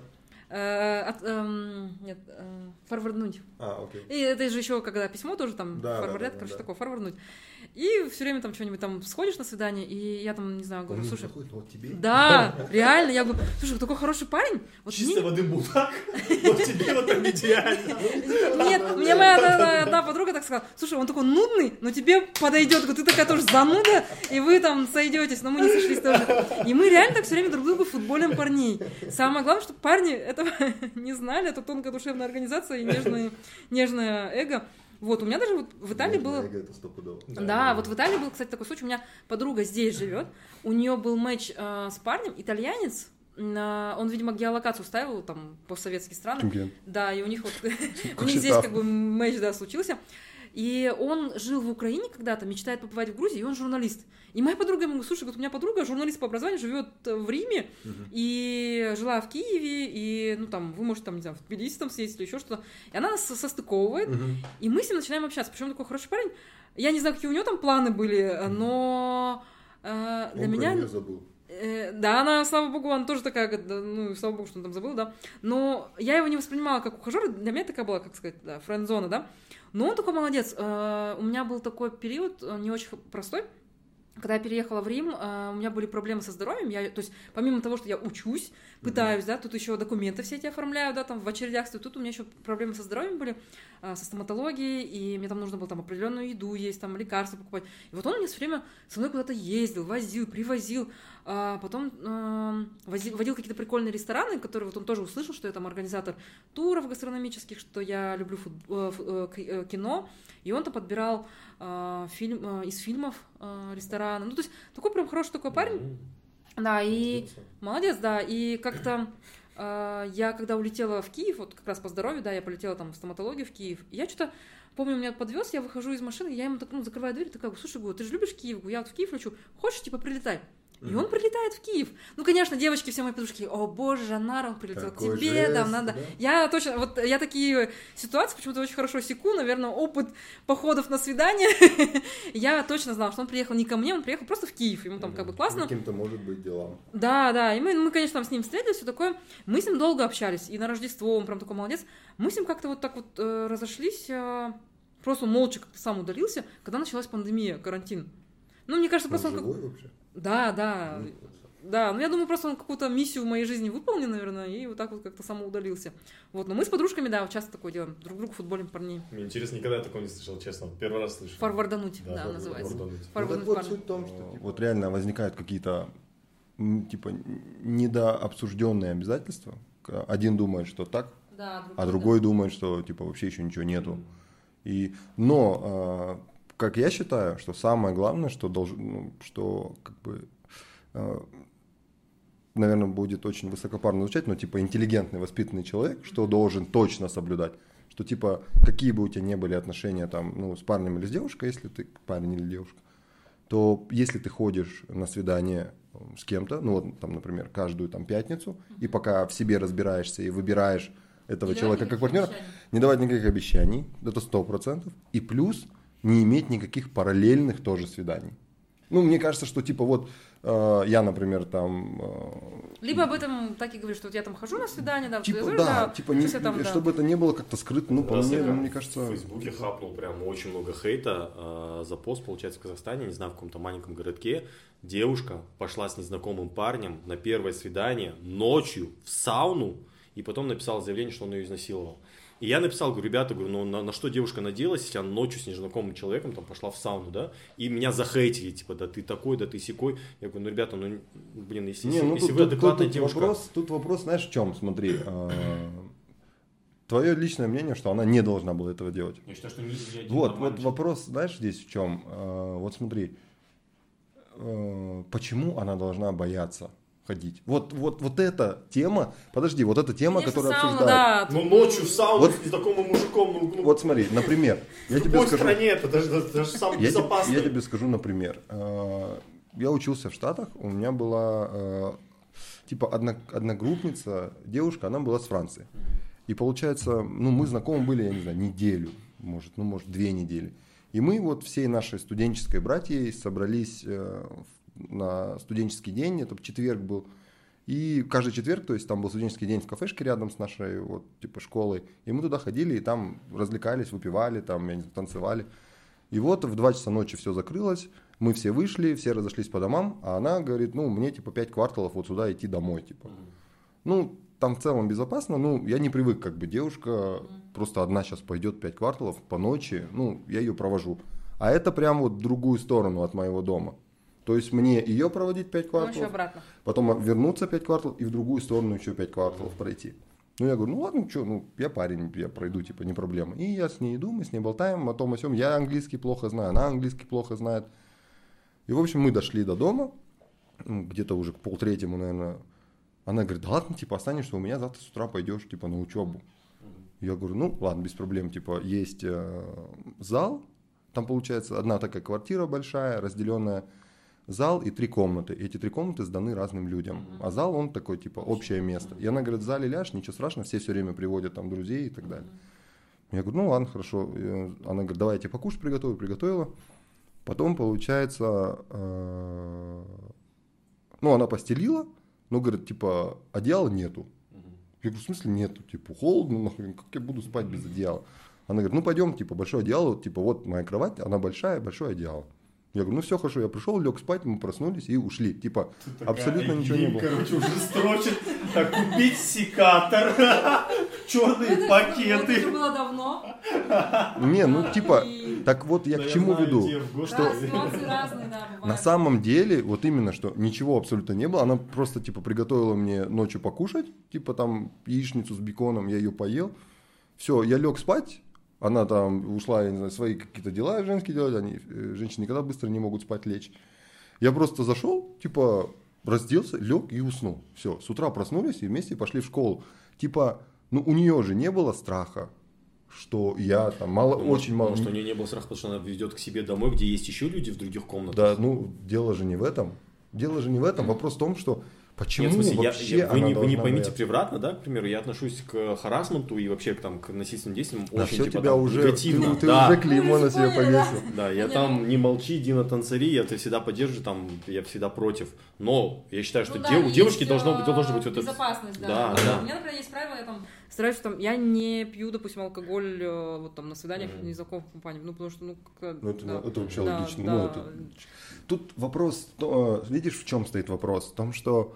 Нет, форварднуть. Окей. И это же еще, когда письмо тоже там, Да, форвардят, да, короче, да. такое, форварднуть. И все время там что-нибудь там сходишь на свидание, и я там, не знаю, говорю, слушай, вот тебе. да, реально, я говорю, слушай, такой хороший парень. Вот Чистой воды мудак, вот тебе вот там идеально. Нет, мне моя одна подруга так сказала, слушай, он такой нудный, но тебе подойдет, говорю, ты такая тоже зануда, и вы там сойдетесь, но мы не сошлись тоже. И мы реально так все время друг друга футболим парней. Самое главное, чтобы парни этого не знали, это тонкая душевная организация и нежное эго. Вот, у меня даже вот в Италии было... Это стопудово. Да, вот в Италии был, кстати, такой случай, у меня подруга здесь живет, у нее был матч с парнем, итальянец, он, видимо, геолокацию ставил там постсоветские страны. Чемпион. Да, и у них вот, у них здесь как бы матч, да, случился. И он жил в Украине когда-то, мечтает побывать в Грузии, и он журналист. И моя подруга ему говорит, слушай, говорит, у меня подруга, журналист по образованию, живет в Риме, и жила в Киеве, и, ну, там, вы можете, там, не знаю, в Тбилиси там съездить или еще что-то. И она нас состыковывает, и мы с ним начинаем общаться. Причем такой хороший парень. Я не знаю, какие у него там планы были, но для меня... Он забыл. Да, она, слава богу, она тоже такая, ну, слава богу, что он там забыл, да. Но я его не воспринимала как ухажера, для меня такая была, как сказать, да, френд-зона, да. Но он такой молодец. У меня был такой период не очень простой. Когда я переехала в Рим, у меня были проблемы со здоровьем. То есть, помимо того, что я учусь, пытаюсь, да, тут еще документы все эти оформляю, да, там в очередях стою. Тут у меня еще проблемы со здоровьем были, со стоматологией, и мне там нужно было там определенную еду есть, там лекарства покупать. И вот он мне все время со мной куда-то ездил, возил, привозил. Потом водил какие-то прикольные рестораны, которые вот он тоже услышал, что я там организатор туров гастрономических, что я люблю кино, и он-то подбирал из фильмов рестораны. Ну, то есть такой прям хороший такой парень. Да, и молодец, да, и как-то я когда улетела в Киев, вот как раз по здоровью, да, я полетела там в стоматологию в Киев, и я что-то помню, меня подвез, я выхожу из машины, я ему так, ну, закрываю дверь, такая, слушай, говорю, ты же любишь Киев? Я вот в Киев лечу, хочешь, типа, прилетай? И он прилетает в Киев. Ну, конечно, девочки, все мои подружки, о боже, Жанара, он прилетел к тебе, жест, там надо. Да? Я точно, вот я такие ситуации почему-то очень хорошо секу, наверное, опыт походов на свидание. Я точно знала, что он приехал не ко мне, он приехал просто в Киев, ему там как бы классно. Каким-то, может быть, делам. Да, да, и мы, конечно, там с ним встретились, все такое. Мы с ним долго общались, и на Рождество он прям такой молодец. Мы с ним как-то вот так вот разошлись, просто молча как-то сам удалился, когда началась пандемия, карантин. Ну, мне кажется, просто он живой вообще? Да, да. Да, ну я думаю, просто он какую-то миссию в моей жизни выполнил, наверное, и вот так вот как-то самоудалился. Вот, но мы с подружками, да, вот часто такое делаем, друг другу футболим парней. Мне интересно, никогда я такого не слышал, честно, первый раз слышу. Форвардануть, да, называется. Форвардануть парня. Суть в том, что вот реально возникают какие-то, типа, недообсужденные обязательства. Один думает, что так, да, а другой думает, что, типа, вообще еще ничего нету. Но как я считаю, что самое главное, что что как бы, наверное, будет очень высокопарно звучать, но типа интеллигентный, воспитанный человек, что должен точно соблюдать, что типа какие бы у тебя ни были отношения там, ну, с парнем или с девушкой, если ты парень или девушка, то если ты ходишь на свидание с кем-то, ну вот там, например, каждую там пятницу, и пока в себе разбираешься и выбираешь этого человека как партнера, не давать никаких обещаний, это 100%, и плюс не иметь никаких параллельных тоже свиданий. Ну, мне кажется, что типа вот я, например, там... Либо об этом так и говоришь, что вот я там хожу на свидание, да, типа, вот, да, типа не, там, чтобы это не было как-то скрыто, ну, по мне кажется... В Фейсбуке хапнул прям очень много хейта за пост, получается, в Казахстане, не знаю, в каком-то маленьком городке, девушка пошла с незнакомым парнем на первое свидание ночью в сауну, и потом написала заявление, что он ее изнасиловал. И я написал, говорю, ребята, говорю, ну на что девушка надеялась, если она ночью с незнакомым человеком там пошла в сауну, да, и меня захейтили, типа, да ты такой, да ты сякой. Я говорю, ну, ребята, ну, блин, если вы адекватная девушка... Тут вопрос, знаешь, в чем, смотри, твое личное мнение, что она не должна была этого делать. Я считаю, что не вот вопрос, знаешь, здесь в чем, вот смотри, почему она должна бояться ходить. Вот эта тема, подожди, вот эта тема, конечно, которая обсуждается. Да, ну ночью в сауну вот, с незнакомым мужиком. Ну, вот смотри, например, я тебе скажу. В стране это даже самое безопасное. Я тебе скажу, например, я учился в Штатах, у меня была типа одногруппница, девушка, она была с Франции. И получается, ну мы знакомы были, я не знаю, неделю, может 2 недели. И мы вот всей нашей студенческой братьей собрались на студенческий день, это четверг был, И каждый четверг, то есть там был студенческий день в кафешке рядом с нашей вот, типа школой, и мы туда ходили, и там развлекались, выпивали, там, я не знаю, танцевали. И вот в 2 часа ночи все закрылось, мы все вышли, все разошлись по домам, а она говорит, ну, мне типа 5 кварталов вот сюда идти домой, типа. Ну, там в целом безопасно, ну, я не привык, как бы, девушка просто одна сейчас пойдет 5 кварталов по ночи, ну, я ее провожу. А это прям вот в другую сторону от моего дома. То есть мне ее проводить 5 кварталов, еще обратно. потом вернуться 5 кварталов и в другую сторону еще 5 кварталов пройти. Ну, я говорю, ну ладно, что, ну, я парень, я пройду, типа, не проблема. И я с ней иду, мы с ней болтаем о том, о сём. Я английский плохо знаю, она английский плохо знает. И, в общем, мы дошли до дома, где-то уже к 2:30, наверное. Она говорит, да ладно, типа, останешься у меня, завтра с утра пойдешь, типа, на учебу. Я говорю, ну, ладно, без проблем, типа, есть зал, там, получается, одна такая квартира большая, разделенная, зал и 3 комнаты. Эти 3 комнаты сданы разным людям. А зал, он такой, типа, общее место. И она говорит, в зале ляжь, ничего страшного, все время приводят там друзей и так далее. Я говорю, ну ладно, хорошо. Она говорит, давай я тебе покушать приготовлю, приготовила. Потом, получается, ну, она постелила, но, говорит, типа, одеяла нету. Я говорю, в смысле нету? Типа, холодно, нахрен, как я буду спать без одеяла? Она говорит, ну, пойдем, типа, большое одеяло, типа, вот моя кровать, она большая, большое одеяло. Я говорю, ну все хорошо, я пришел, лег спать, мы проснулись и ушли. Типа, абсолютно ничего не было. Короче, уже строчит, так, купить секатор, черные пакеты. Это было давно. Не, ну типа, так вот я к чему веду, что Ситуации разные, да, бывают. на самом деле, вот именно, что ничего абсолютно не было, она просто типа приготовила мне ночью покушать, типа там яичницу с беконом, я ее поел, все, я лег спать. Она там ушла, я не знаю, свои какие-то дела женские делать, они, женщины никогда быстро не могут спать, лечь. Я просто зашел, типа, разделся, лег и уснул. Все, с утра проснулись и вместе пошли в школу. Типа, ну у нее же не было страха, что я там мало, Ну, очень мало. Может, у нее не было страха, потому что она ведет к себе домой, где есть еще люди в других комнатах. Да, ну дело же не в этом. Дело же не в этом. Вопрос в том, что почему Нет, в смысле, вообще вы не должна поймите бояться? превратно, да, к примеру, я отношусь к харассменту и вообще к насильственным действиям Да, очень все типа, тебя там, уже, негативно. ты Да. уже клеймо на себя Поняли, да? повесил. Да, я там не молчи, иди на танцари, я это всегда поддерживаю, там, я всегда против. Но я считаю, что Ну да, у девушки есть, должно быть вот это... безопасность, да. Да, У да. меня, например, есть правило, я там стараюсь, там, я не пью, допустим, алкоголь вот там на свиданиях в незнакомых компаниях, ну, потому что, ну, как Ну, это, да. это вообще Да, логично. да. Ну, это... Тут вопрос, видишь, в чем стоит вопрос? В том, что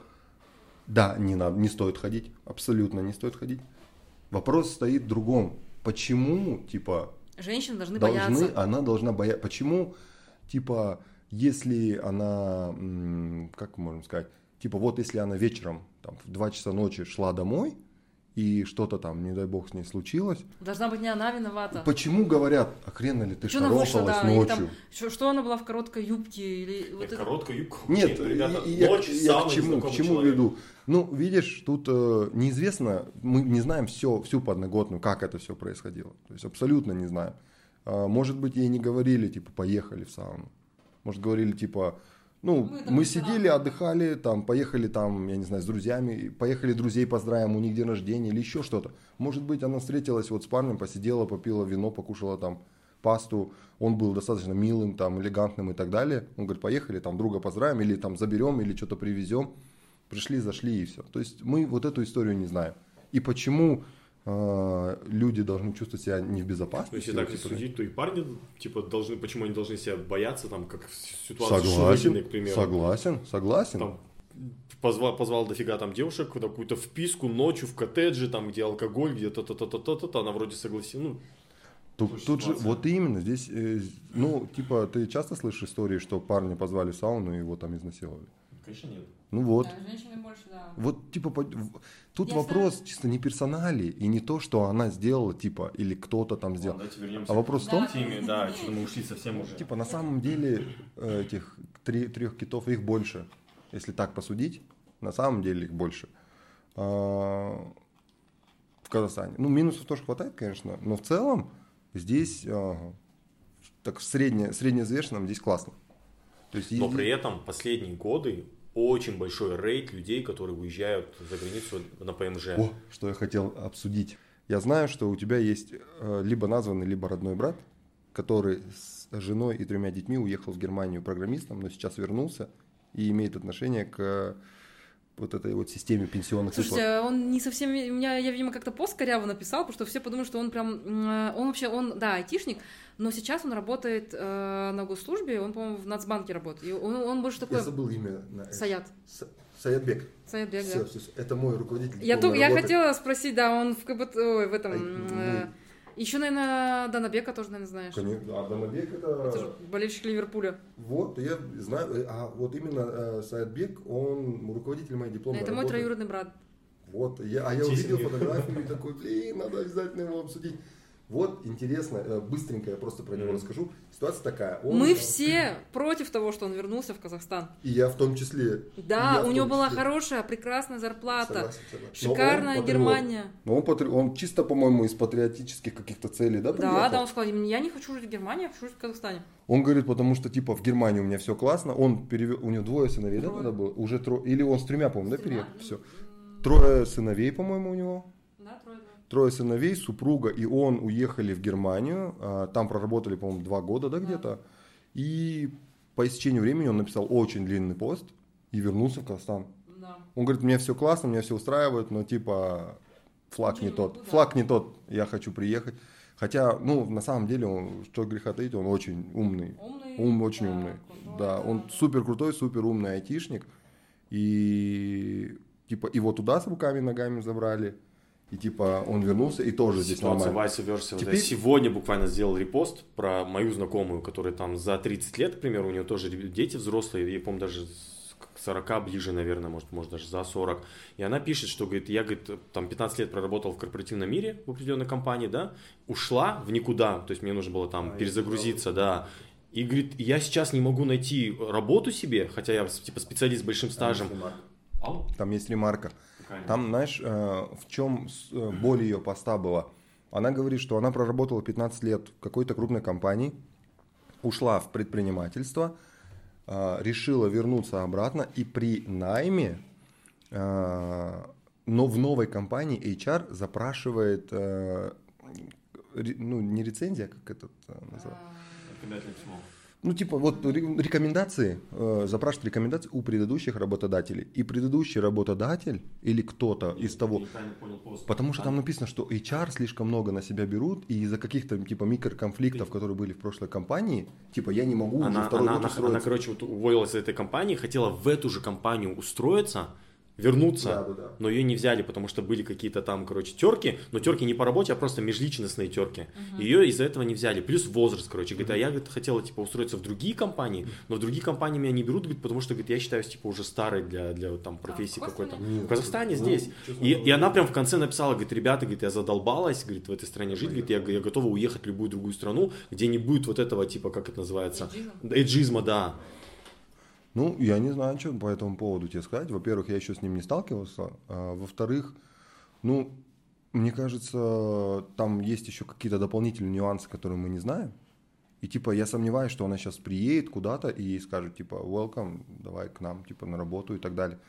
да, не стоит ходить, абсолютно не стоит ходить. Вопрос стоит в другом. Почему, типа, Женщины должны бояться. она должна бояться. Почему, типа, если она, как можно сказать, типа, вот если она вечером, там, в 2 часа ночи шла домой, и что-то там, не дай бог, с ней случилось. Должна быть не она виновата. Почему говорят, а хрена ли ты Что она вышла, шарохалась да, или ночью? там, что она была в короткой юбке, или вот это... Короткая юбка. Нет, ребята, я ночь, к самый чему знакомый веду? Ну, видишь, тут неизвестно, мы не знаем всю подноготную, как это все происходило. То есть абсолютно не знаем. Может быть, ей не говорили, типа, поехали в сауну. Может, говорили, типа, ну, мы сидели, отдыхали, там, поехали там, я не знаю, с друзьями, поехали друзей поздравим, у них день рождения или еще что-то. Может быть, она встретилась вот с парнем, посидела, попила вино, покушала там пасту, он был достаточно милым, там, элегантным и так далее. Он говорит, поехали, там, друга поздравим, или там заберем, или что-то привезем. Пришли, зашли и все. То есть мы вот эту историю не знаем. И почему люди должны чувствовать себя не в безопасности? То есть, если так типа, судить, то и парни, типа, должны, почему они должны себя бояться, там, как в ситуации с Шурыгиной, к примеру. Согласен. Там, позвал дофига там девушек в какую-то вписку ночью в коттедже, там, где алкоголь, где то-то, она вроде согласилась, ну, Тут же, вот именно, здесь, ну, типа, ты часто слышишь истории, что парня позвали в сауну и его там изнасиловали? Конечно, нет. Ну вот. Да, женщины больше, да. Вот, типа, тут Я вопрос знаю. чисто не персонали, и не то, что она сделала, типа, или кто-то там сделал. Ладно, давайте вернемся А вопрос в том, к теме, да, что-то мы ушли совсем уже. типа, на самом деле, этих трех китов, их больше. Если так посудить, на самом деле их больше. В Казахстане. Ну, минусов тоже хватает, конечно, но в целом здесь, так в средневзвешенном, здесь классно. То есть, Но при этом последние годы очень большой рейд людей, которые уезжают за границу на ПМЖ. О, что я хотел обсудить. Я знаю, что у тебя есть либо названный, либо родной брат, который с женой и 3 детьми уехал в Германию программистом, но сейчас вернулся и имеет отношение к вот этой вот системе пенсионных выплат. Слушайте, он не совсем... Я, видимо, как-то пост коряво написал, потому что все подумали, что он прям... Он, да, айтишник, но сейчас он работает на госслужбе, он, по-моему, в Нацбанке работает. И он больше такой... Я забыл имя. Саят. Саятбек. Саятбек, Все, да. все. Это мой руководитель. Я хотела спросить, да, он в КБТ... Ой, в этом... Еще, наверное, Данабека тоже, наверное, знаешь. Конечно, Данабек Это же болельщик Ливерпуля. Вот, я знаю, вот именно Саятбек, он руководитель моей дипломной Это работы. мой троюродный брат. Вот, я увидел фотографию и такой, надо обязательно его обсудить. Вот, интересно, быстренько я просто про него расскажу. Ситуация такая. Мы все против того, что он вернулся в Казахстан. И я в том числе. Да, у него была хорошая, прекрасная зарплата. Согласен. Шикарная Германия. Но он чисто, по-моему, из патриотических каких-то целей, да, приехал? Да, он сказал, я не хочу жить в Германии, я хочу жить в Казахстане. Он говорит, потому что, типа, в Германии у меня все классно. Он перевел, у него 2 сыновей, да, тогда было? Уже 3, или он с 3, по-моему, да, переехал? Все. 3 сыновей, по-моему, у него. Да, 3. 3 сыновей, супруга и он уехали в Германию, там проработали, по-моему, 2 года, да, где-то, и по истечению времени он написал очень длинный пост и вернулся в Казахстан. Да. Он говорит, мне все классно, меня все устраивает, но типа флаг не тот, я хочу приехать. Хотя, на самом деле, что греха таить, он очень умный. Очень умный. Да, он супер крутой, супер умный айтишник. И типа его туда с руками и ногами забрали. И типа он вернулся и тоже здесь нормально. Ситуация vice versa. Сегодня буквально сделал репост про мою знакомую, которая там за 30 лет, к примеру, у нее тоже дети взрослые, я помню, даже к 40 ближе, наверное, может даже за 40. И она пишет, что, говорит, я, говорит, там 15 лет проработал в корпоративном мире в определенной компании, да, ушла в никуда, то есть мне нужно было там перезагрузиться, да. И, говорит, я сейчас не могу найти работу себе, хотя я типа специалист с большим стажем. Там есть ремарка. Там, знаешь, в чем боль ее поста была? Она говорит, что она проработала 15 лет в какой-то крупной компании, ушла в предпринимательство, решила вернуться обратно и при найме, но в новой компании HR запрашивает, не рецензия, как это называется? Рекомендательное письмо. Рекомендации, запрашивают рекомендации у предыдущих работодателей. И предыдущий работодатель или кто-то из того... Потому что там написано, что HR слишком много на себя берут, и из-за каких-то микроконфликтов, которые были в прошлой компании, я не могу уже второй год устроиться. Она, короче, уволилась из этой компании, хотела в эту же компанию устроиться, вернуться, но ее не взяли, потому что были какие-то там, терки, но терки не по работе, а просто межличностные терки. Ее из-за этого не взяли. Плюс возраст, говорит, я, хотела, устроиться в другие компании, но в другие компании меня не берут, говорит, потому что, говорит, я считаюсь, уже старой для там профессии какой-то. В Казахстане здесь. И она прям в конце написала, говорит, ребята, говорит, я задолбалась, говорит, в этой стране жить, говорит, я готова уехать в любую другую страну, где не будет вот этого, как это называется? Эйджизма, да. Я не знаю, что по этому поводу тебе сказать. Во-первых, я еще с ним не сталкивался. Во-вторых, мне кажется, там есть еще какие-то дополнительные нюансы, которые мы не знаем. И я сомневаюсь, что она сейчас приедет куда-то и скажет, welcome, давай к нам, на работу и так далее.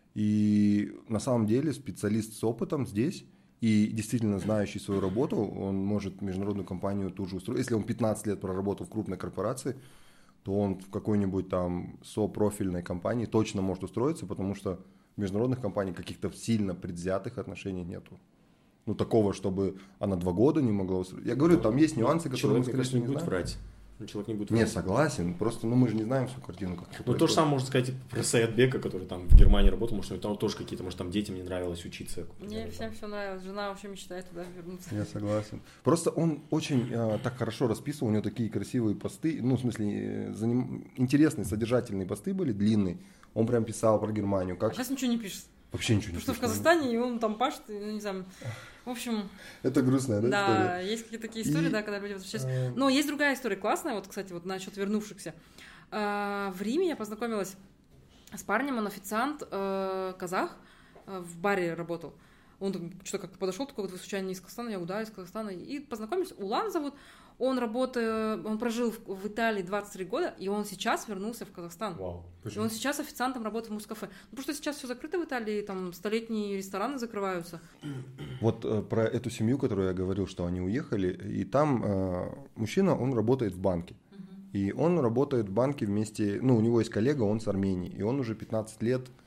И на самом деле специалист с опытом здесь и действительно знающий свою работу, он может международную компанию ту же устроить. Если он 15 лет проработал в крупной корпорации, то он в какой-нибудь там сопрофильной компании точно может устроиться, потому что в международных компаниях каких-то сильно предвзятых отношений нету. Такого, чтобы она 2 года не могла устроиться. Я говорю, там есть нюансы, которые мы, скорее всего, не будет знаем. врать. Человек не будет Не, согласен, просто мы же не знаем всю картину. То же самое можно сказать про Саятбека, который там в Германии работал, может, там тоже какие-то, может, там детям не нравилось учиться. Мне всем все нравилось, жена вообще мечтает туда вернуться. Я согласен. Просто он очень так хорошо расписывал, у него такие красивые посты, в смысле, интересные, содержательные посты были, длинные. Он прям писал про Германию. А сейчас ничего не пишет. Вообще ничего не пишет. Потому что в Казахстане, и он там пашет, не знаю. В общем... Это грустная, да, история? Да, есть какие-то такие истории, когда люди возвращаются. Но есть другая история классная, кстати, насчет вернувшихся. В Риме я познакомилась с парнем, он официант, казах, в баре работал. Он что-то как-то подошел, такой, вы случайно не из Казахстана? Я говорю, да, из Казахстана. И познакомились, Улан зовут. Он прожил в Италии 23 года, и он сейчас вернулся в Казахстан. Вау. И он сейчас официантом работает в Мускафе. Потому что сейчас все закрыто в Италии, там столетние рестораны закрываются. Вот про эту семью, которую я говорил, что они уехали, и там мужчина, он работает в банке. И он работает в банке вместе, у него есть коллега, он с Армении, и он уже 15 лет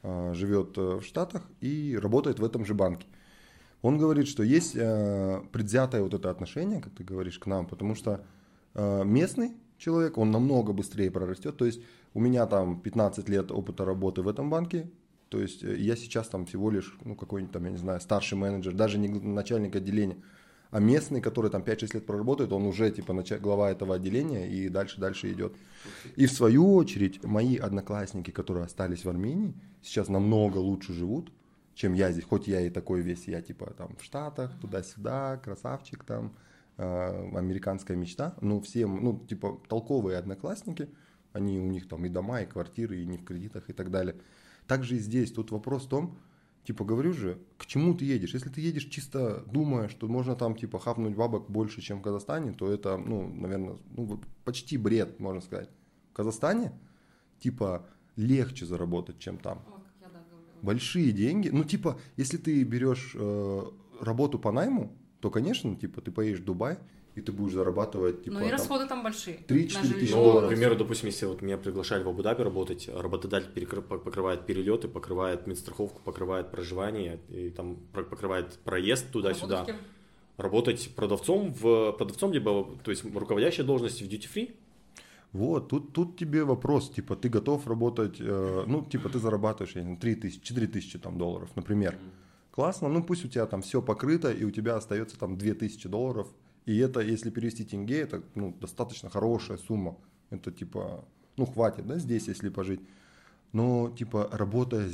живет в Штатах и работает в этом же банке. Он говорит, что есть предвзятое вот это отношение, как ты говоришь, к нам, потому что местный человек, он намного быстрее прорастет. То есть у меня там 15 лет опыта работы в этом банке, то есть я сейчас там всего лишь, какой-нибудь там, я не знаю, старший менеджер, даже не начальник отделения, а местный, который там 5-6 лет проработает, он уже типа глава этого отделения и дальше идет. И в свою очередь мои одноклассники, которые остались в Армении, сейчас намного лучше живут, чем я здесь. Хоть я и такой весь, я типа там в Штатах, туда-сюда, красавчик там, американская мечта. Но все, типа толковые одноклассники, у них там и дома, и квартиры, и не в кредитах и так далее. Также и здесь. Тут вопрос в том, типа, говорю же, к чему ты едешь? Если ты едешь чисто думая, что можно там, типа, хапнуть бабок больше, чем в Казахстане, то это, наверное, почти бред, можно сказать. В Казахстане, типа, легче заработать, чем там. Большие деньги. Типа, если ты берешь работу по найму, то, конечно, типа, ты поедешь в Дубай, и ты будешь зарабатывать, типа, и расходы там большие. 3-4 тысячи долларов. долларов. К примеру, допустим, если вот меня приглашали в Абу-Даби работать, работодатель покрывает перелеты, покрывает медстраховку, покрывает проживание, и там покрывает проезд туда-сюда. Работать продавцом, либо, то есть руководящая должность в duty-free. Вот, тут тебе вопрос, типа, ты готов работать, типа, ты зарабатываешь 3 тысячи, 4 тысячи там долларов, например. Классно, пусть у тебя там все покрыто, и у тебя остается там 2000 долларов. И это, если перевести тенге, это достаточно хорошая сумма. Это типа, хватит, да, здесь, если пожить. Но, типа, работая,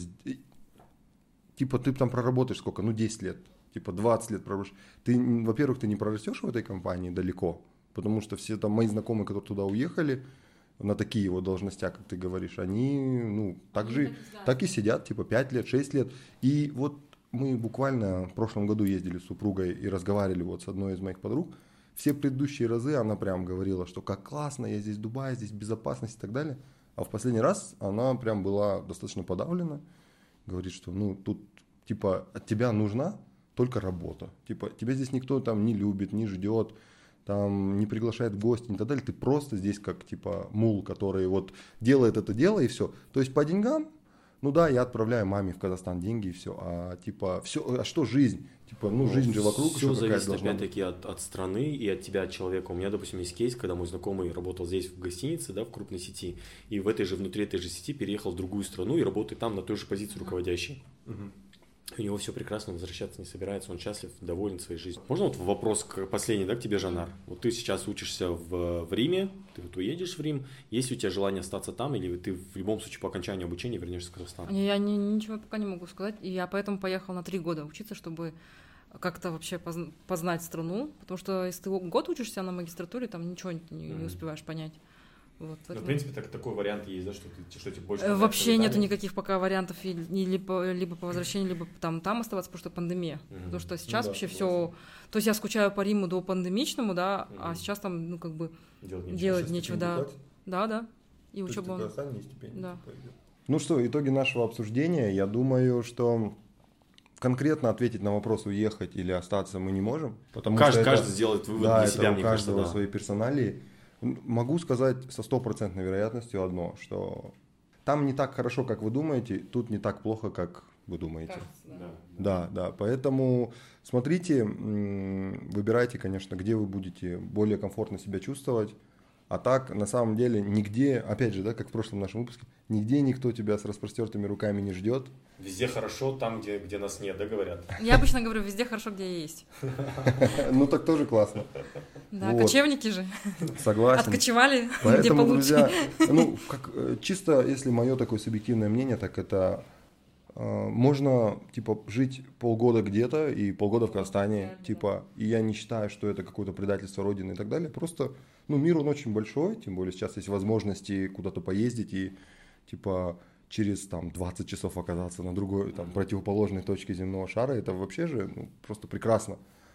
типа, ты там проработаешь сколько? 10 лет, типа, 20 лет проработаешь. Во-первых, ты не прорастешь в этой компании далеко, потому что все там мои знакомые, которые туда уехали, на такие вот должностях, как ты говоришь, они, так и сидят, типа, 5 лет, 6 лет. И вот мы буквально в прошлом году ездили с супругой и разговаривали вот с одной из моих подруг. Все предыдущие разы она прям говорила, что как классно, я здесь в Дубае, здесь безопасность и так далее. А в последний раз она прям была достаточно подавлена. Говорит, что тут типа от тебя нужна только работа. Типа тебя здесь никто там не любит, не ждет, там не приглашает в гости и так далее. Ты просто здесь как типа мул, который вот делает это дело и все. То есть по деньгам, я отправляю маме в Казахстан деньги и все. А типа, а что жизнь? Типа, жизнь же вокруг. Все зависит опять-таки от страны и от тебя, от человека. У меня, допустим, есть кейс, когда мой знакомый работал здесь в гостинице, да, в крупной сети, и внутри этой же сети переехал в другую страну и работает там на той же позиции руководящей. У него все прекрасно, возвращаться не собирается, он счастлив, доволен своей жизнью. Можно вот вопрос последний, да, к тебе, Жанар? Вот ты сейчас учишься в Риме, ты вот уедешь в Рим, есть ли у тебя желание остаться там, или ты в любом случае по окончанию обучения вернешься в Казахстан? Я ничего пока не могу сказать, и я поэтому поехала на 3 года учиться, чтобы как-то вообще познать страну, потому что если ты год учишься на магистратуре, там ничего не успеваешь понять. Вот, в принципе, такой вариант есть, да, что тебе больше вообще нету никаких пока вариантов либо по возвращению, либо там оставаться, потому что пандемия. Потому что сейчас вообще все. То есть я скучаю по Риму до пандемичному, да, а сейчас там, делать нечего, да. Да. И учеба. Да. Что, итоги нашего обсуждения, я думаю, что конкретно ответить на вопрос, уехать или остаться, мы не можем. Потому каждый что сделает вывод для себя, мне кажется, каждого свои персоналии. Могу сказать со 100% вероятностью одно, что там не так хорошо, как вы думаете, тут не так плохо, как вы думаете. Кажется, да. Поэтому смотрите, выбирайте, конечно, где вы будете более комфортно себя чувствовать. А так, на самом деле, нигде, опять же, да, как в прошлом нашем выпуске, нигде никто тебя с распростертыми руками не ждет. Везде хорошо, там, где нас нет, да, говорят? Я обычно говорю, везде хорошо, где я есть. Так тоже классно. Да, кочевники же. Согласен. Откочевали, поэтому, где получше. Друзья, чисто, если мое такое субъективное мнение, так это можно, жить полгода где-то и полгода в Казахстане, и я не считаю, что это какое-то предательство Родины и так далее, просто, мир, он очень большой, тем более сейчас есть возможности куда-то поездить и, через 20 часов оказаться на другой, противоположной точке земного шара, это вообще же просто прекрасно.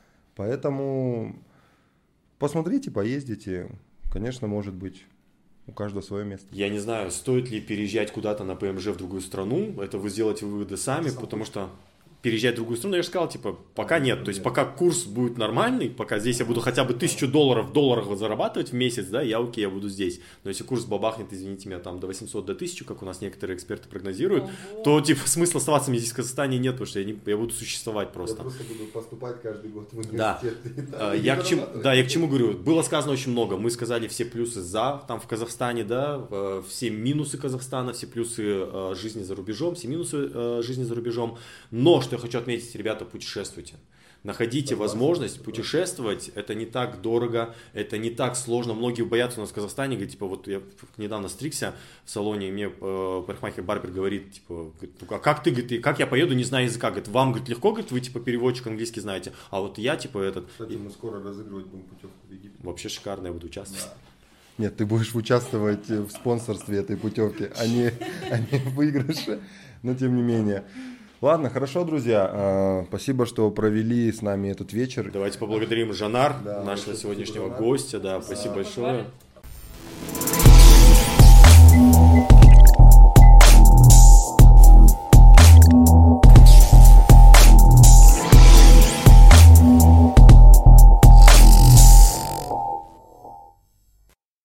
Поэтому посмотрите, поездите, конечно, может быть, у каждого свое место. Я не знаю, стоит ли переезжать куда-то на ПМЖ в другую страну, это вы сделаете выводы сами, потому что переезжать в другую страну, я же сказал, типа, пока нет. То есть, пока курс будет нормальный, пока здесь я буду хотя бы $1000 в долларах зарабатывать в месяц, да, я окей, я буду здесь. Но если курс бабахнет, извините меня, там до 800, до 1000, как у нас некоторые эксперты прогнозируют, то, типа, смысла оставаться мне здесь в Казахстане нет, потому что я буду существовать просто. Я просто буду поступать каждый год в Да. университет. Я к чему говорю, было сказано очень много, мы сказали все плюсы за, там в Казахстане, да, все минусы Казахстана, все плюсы жизни за рубежом, все минусы жизни за рубежом, но, что я хочу отметить, ребята, путешествуйте. Находите возможность путешествовать, это не так дорого, это не так сложно. Многие боятся у нас в Казахстане, говорит, типа, вот я недавно стригся в салоне, и мне парикмахер-барбер говорит, типа, а как ты, говорит, как я поеду, не знаю языка, говорит, вам, говорит, легко, говорит, вы, типа, переводчик английский знаете, а вот я, типа, этот... Кстати, мы скоро разыгрывать будем путевку в Египет. Вообще шикарно, я буду участвовать. Да. Нет, ты будешь участвовать в спонсорстве этой путевки, а не в выигрыше, но тем не менее. Ладно, хорошо, друзья. Спасибо, что провели с нами этот вечер. Давайте поблагодарим Жанар, Да, нашего сегодняшнего гостя. Да, спасибо большое.